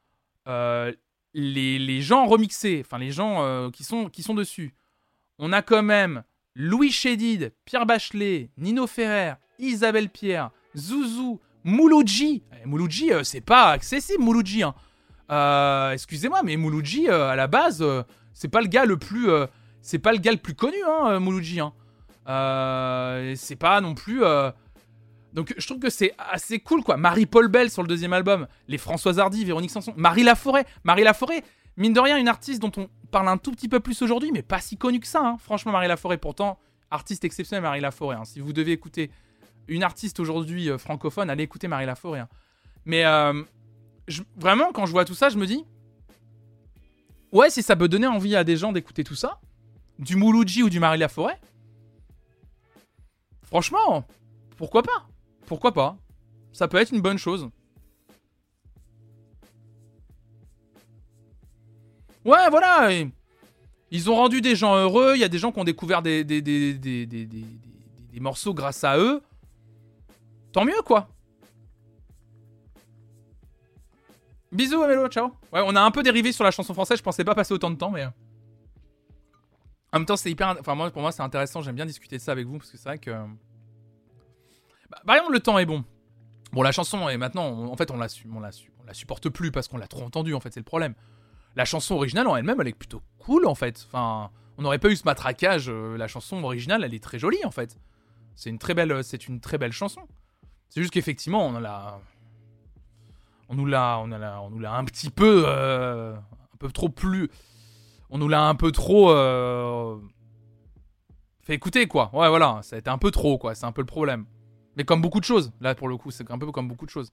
Speaker 1: les gens remixés, enfin les gens qui sont dessus, on a quand même Louis Chédid, Pierre Bachelet, Nino Ferrer, Isabelle Pierre, Zouzou, Mouloudji. Mouloudji, c'est pas accessible, Mouloudji. Hein. Excusez-moi, mais Mouloudji, à la base, c'est pas le gars le plus... c'est pas le gars le plus connu, hein, Mouloudji. Hein. C'est pas non plus... Donc je trouve que c'est assez cool, quoi. Marie-Paul Bell sur le deuxième album, les Françoise Hardy, Véronique Sanson, Marie Laforêt, mine de rien, une artiste dont on parle un tout petit peu plus aujourd'hui, mais pas si connue que ça. Hein. Franchement, Marie Laforêt, pourtant, artiste exceptionnelle, Marie Laforêt. Hein. Si vous devez écouter une artiste aujourd'hui francophone, allez écouter Marie Laforêt. Hein. Mais vraiment, quand je vois tout ça, je me dis... Ouais, si ça peut donner envie à des gens d'écouter tout ça, du Mouloudji ou du Marie Laforêt, franchement, pourquoi pas ? Pourquoi pas ? Ça peut être une bonne chose. Ouais, voilà. Ils ont rendu des gens heureux. Il y a des gens qui ont découvert des morceaux grâce à eux. Tant mieux, quoi. Bisous, Amélo, ciao. Ouais, on a un peu dérivé sur la chanson française. Je pensais pas passer autant de temps, mais... En même temps, c'est hyper... Enfin, pour moi, c'est intéressant. J'aime bien discuter de ça avec vous, parce que c'est vrai que... Par exemple, le temps est bon. Bon, la chanson est maintenant... En fait, on la supporte plus, parce qu'on l'a trop entendue, en fait, c'est le problème. La chanson originale, en elle-même, elle est plutôt cool, en fait. Enfin, on n'aurait pas eu ce matraquage. La chanson originale, elle est très jolie, en fait. C'est une très belle chanson. C'est juste qu'effectivement, on nous l'a un petit peu... un peu trop plus... On nous l'a un peu trop... fait écouter, quoi. Ouais, voilà. Ça a été un peu trop, quoi. C'est un peu le problème. Mais comme beaucoup de choses. Là, pour le coup, c'est un peu comme beaucoup de choses.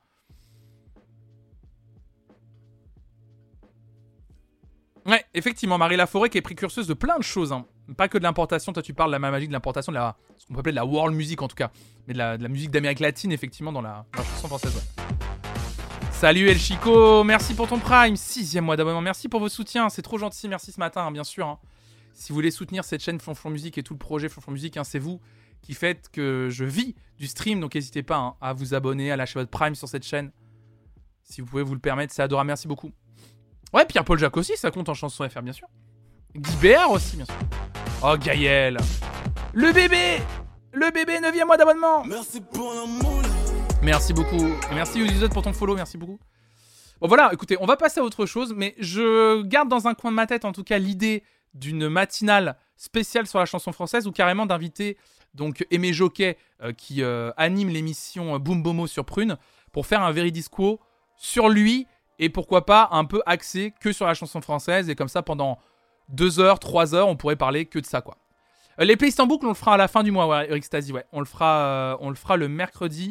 Speaker 1: Ouais, effectivement, Marie Laforêt qui est précurseuse de plein de choses. Hein. Pas que de l'importation. Toi, tu parles de la magie de l'importation, de ce qu'on peut appeler de la world music, en tout cas. Mais de la musique d'Amérique latine, effectivement, dans la chanson française, ouais. Salut El Chico, merci pour ton Prime, 6e mois d'abonnement, merci pour vos soutiens, c'est trop gentil, merci ce matin, hein, bien sûr. Hein. Si vous voulez soutenir cette chaîne Flonflon Musique et tout le projet Flonflon Musique, hein, c'est vous qui faites que je vis du stream, donc n'hésitez pas hein, à vous abonner, à lâcher votre Prime sur cette chaîne. Si vous pouvez vous le permettre, c'est adorable, merci beaucoup. Ouais, Pierre-Paul Jacques aussi, ça compte en chanson FR, bien sûr. Guy Béard aussi, bien sûr. Oh, Gaël. Le bébé, 9e mois d'abonnement. Merci pour l'amour. Merci beaucoup. Et merci Uzuzot pour ton follow, merci beaucoup. Bon voilà, écoutez, on va passer à autre chose, mais je garde dans un coin de ma tête en tout cas l'idée d'une matinale spéciale sur la chanson française ou carrément d'inviter donc Aimé Jocquet qui anime l'émission Boom Bomo sur Prune pour faire un Veridisco sur lui et pourquoi pas un peu axé que sur la chanson française et comme ça pendant 2 heures, 3 heures, on pourrait parler que de ça quoi. Les playlists en boucle, on le fera à la fin du mois, ouais, Eric Stasi, ouais. On le fera le mercredi.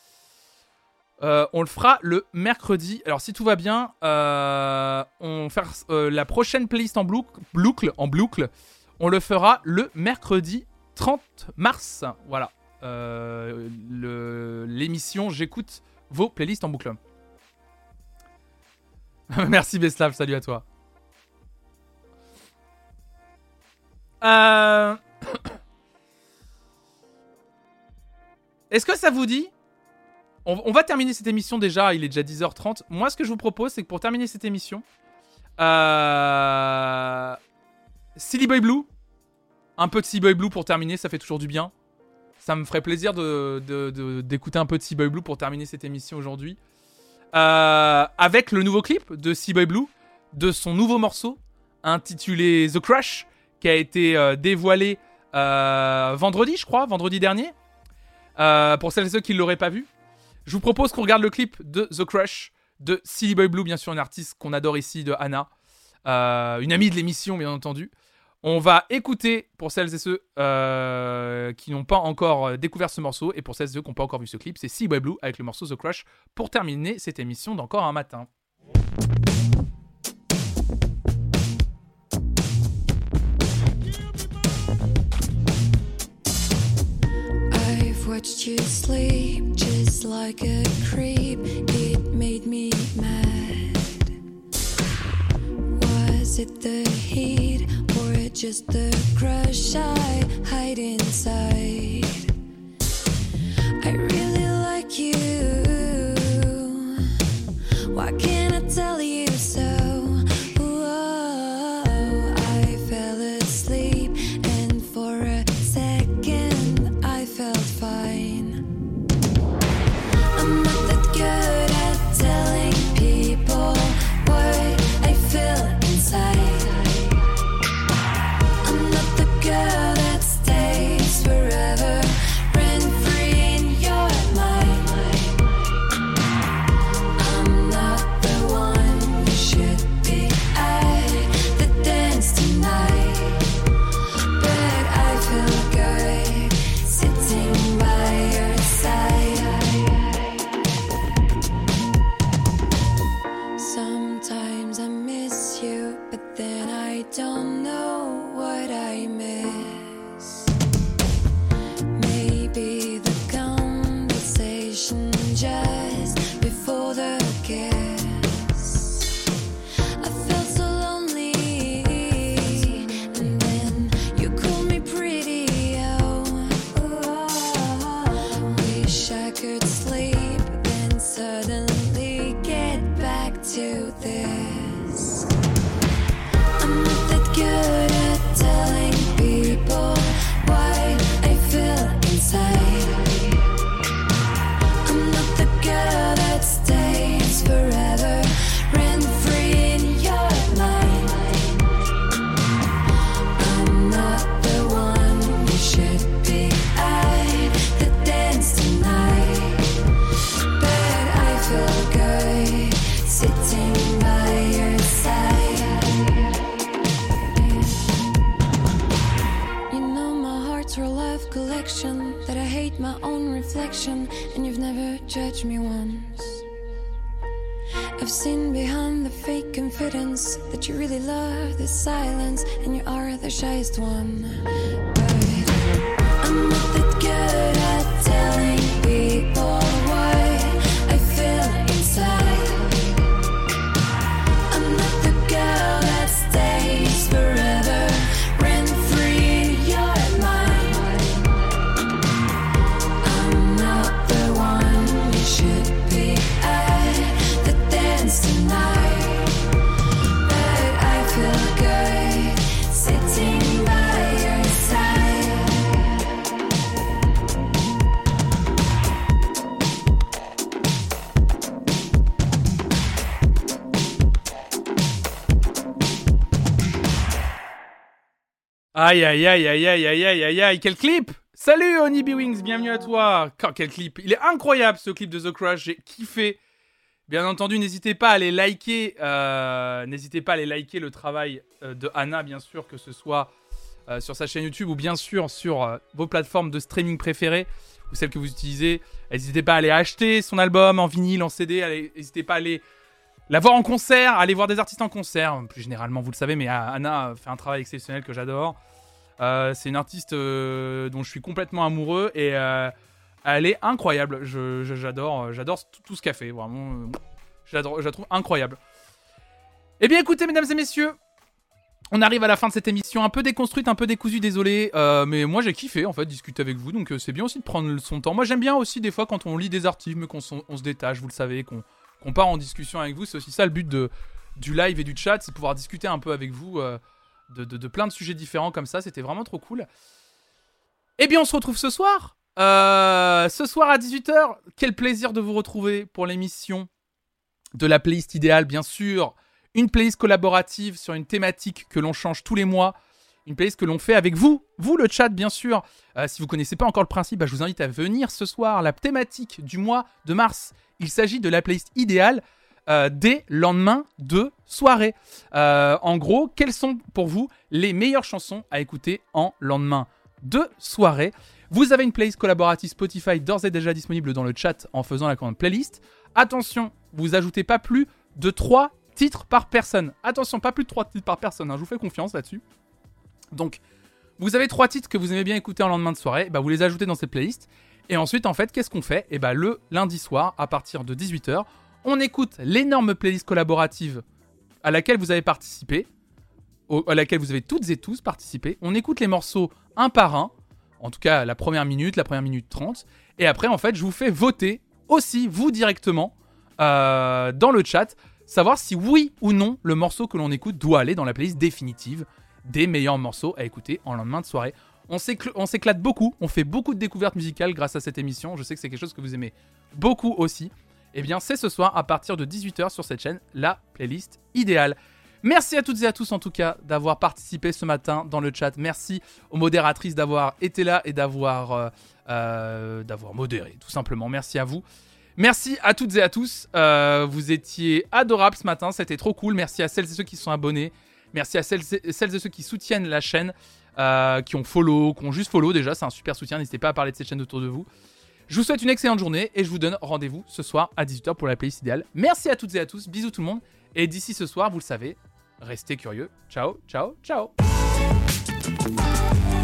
Speaker 1: On le fera le mercredi. Alors si tout va bien, on fera la prochaine playlist en boucle. On le fera le mercredi 30 mars. Voilà. L'émission J'écoute vos playlists en boucle. Merci Beslav, salut à toi. Est-ce que ça vous dit ? On va terminer cette émission déjà, il est déjà 10h30. Moi, ce que je vous propose, c'est que pour terminer cette émission, Silly Boy Blue, un peu de Silly Boy Blue pour terminer, ça fait toujours du bien. Ça me ferait plaisir d'écouter un peu de Silly Boy Blue pour terminer cette émission aujourd'hui. Avec le nouveau clip de Silly Boy Blue, de son nouveau morceau, intitulé The Crush, qui a été dévoilé vendredi dernier. Pour celles et ceux qui ne l'auraient pas vu. Je vous propose qu'on regarde le clip de The Crush de Silly Boy Blue, bien sûr une artiste qu'on adore ici, de Anna, une amie de l'émission bien entendu. On va écouter pour celles et ceux qui n'ont pas encore découvert ce morceau et pour celles et ceux qui n'ont pas encore vu ce clip, c'est Silly Boy Blue avec le morceau The Crush pour terminer cette émission d'Encore un matin.
Speaker 4: Watched you sleep just like a creep. It made me mad. Is it the heat or just the crush I hide inside? I really like you. Why can't I tell you so? Whoa, I fell asleep and for a second I felt fine. I'm not that good at telling people what I feel inside. I'm not the girl that stays forever rent free in your mind. I'm not the one you should be at the dance tonight, but I feel good sitting by your side. Sometimes I miss you, but then I don't know what I miss. Maybe the conversation just before the kiss. I felt so lonely, and then you called me pretty. Oh, wish I could sleep, then suddenly get back to this. I'm not that good at telling people what I feel inside. I'm not the girl that stays forever rent free in your mind. I'm not the one you should be at the dance tonight, but I feel good sitting by your side. You know my heart's real life collection, that I hate my own reflection, and you've never judged me once. I've seen behind the fake confidence that you really love the silence, and you are the shyest one. But I'm not that good at telling people what I feel inside. I'm not the girl that stays forever rent free in your mind. I'm not the one you should be at the dance tonight, but I feel good sitting by your side.
Speaker 1: Aïe aïe aïe aïe aïe aïe aïe aïe aïe, quel clip! Salut Honey Wings, bienvenue à toi! Quel clip! Il est incroyable ce clip de The Crush, j'ai kiffé. Bien entendu, n'hésitez pas à aller liker, le travail de Anna, bien sûr, que ce soit sur sa chaîne YouTube ou bien sûr sur vos plateformes de streaming préférées ou celles que vous utilisez. N'hésitez pas à aller acheter son album en vinyle, en CD, n'hésitez pas à aller la voir en concert, aller voir des artistes en concert, plus généralement, vous le savez, mais Anna fait un travail exceptionnel que j'adore. C'est une artiste dont je suis complètement amoureux et elle est incroyable. J'adore tout ce qu'elle fait, vraiment. Je la trouve incroyable. Eh bien, écoutez, mesdames et messieurs, on arrive à la fin de cette émission, un peu déconstruite, un peu décousue, désolé, mais moi j'ai kiffé en fait discuter avec vous, donc c'est bien aussi de prendre son temps. Moi j'aime bien aussi des fois quand on lit des articles, mais qu'on se détache, vous le savez, qu'on part en discussion avec vous. C'est aussi ça le but du live et du chat, c'est de pouvoir discuter un peu avec vous de plein de sujets différents comme ça. C'était vraiment trop cool. Eh bien, on se retrouve ce soir. Ce soir à 18h. Quel plaisir de vous retrouver pour l'émission de la playlist idéale, bien sûr. Une playlist collaborative sur une thématique que l'on change tous les mois. Une playlist que l'on fait avec vous le chat, bien sûr. Si vous ne connaissez pas encore le principe, je vous invite à venir ce soir. La thématique du mois de mars, il s'agit de la playlist idéale des lendemains de soirée. En gros, quelles sont pour vous les meilleures chansons à écouter en lendemain de soirée? Vous avez une playlist collaborative Spotify d'ores et déjà disponible dans le chat en faisant la commande playlist. Attention, vous ajoutez pas plus de 3 titres par personne. Attention, pas plus de 3 titres par personne, je vous fais confiance là-dessus. Donc, vous avez 3 titres que vous aimez bien écouter en lendemain de soirée, vous les ajoutez dans cette playlist. Et ensuite, en fait, qu'est-ce qu'on fait? Le lundi soir, à partir de 18h, on écoute l'énorme playlist collaborative à laquelle vous avez participé. à laquelle vous avez toutes et tous participé. On écoute les morceaux un par un, en tout cas la première minute 30, et après en fait je vous fais voter aussi, vous directement, dans le chat, savoir si oui ou non le morceau que l'on écoute doit aller dans la playlist définitive des meilleurs morceaux à écouter en lendemain de soirée. On s'éclate beaucoup, on fait beaucoup de découvertes musicales grâce à cette émission, je sais que c'est quelque chose que vous aimez beaucoup aussi. Eh bien c'est ce soir à partir de 18h sur cette chaîne, la playlist idéale. Merci à toutes et à tous en tout cas d'avoir participé ce matin dans le chat. Merci aux modératrices d'avoir été là et d'avoir modéré tout simplement. Merci à vous. Merci à toutes et à tous. Vous étiez adorables ce matin, c'était trop cool. Merci à celles et ceux qui sont abonnés. Merci à celles et ceux qui soutiennent la chaîne, qui ont juste follow déjà. C'est un super soutien. N'hésitez pas à parler de cette chaîne autour de vous. Je vous souhaite une excellente journée et je vous donne rendez-vous ce soir à 18h pour la playlist idéale. Merci à toutes et à tous. Bisous tout le monde. Et d'ici ce soir, vous le savez, restez curieux. Ciao, ciao, ciao.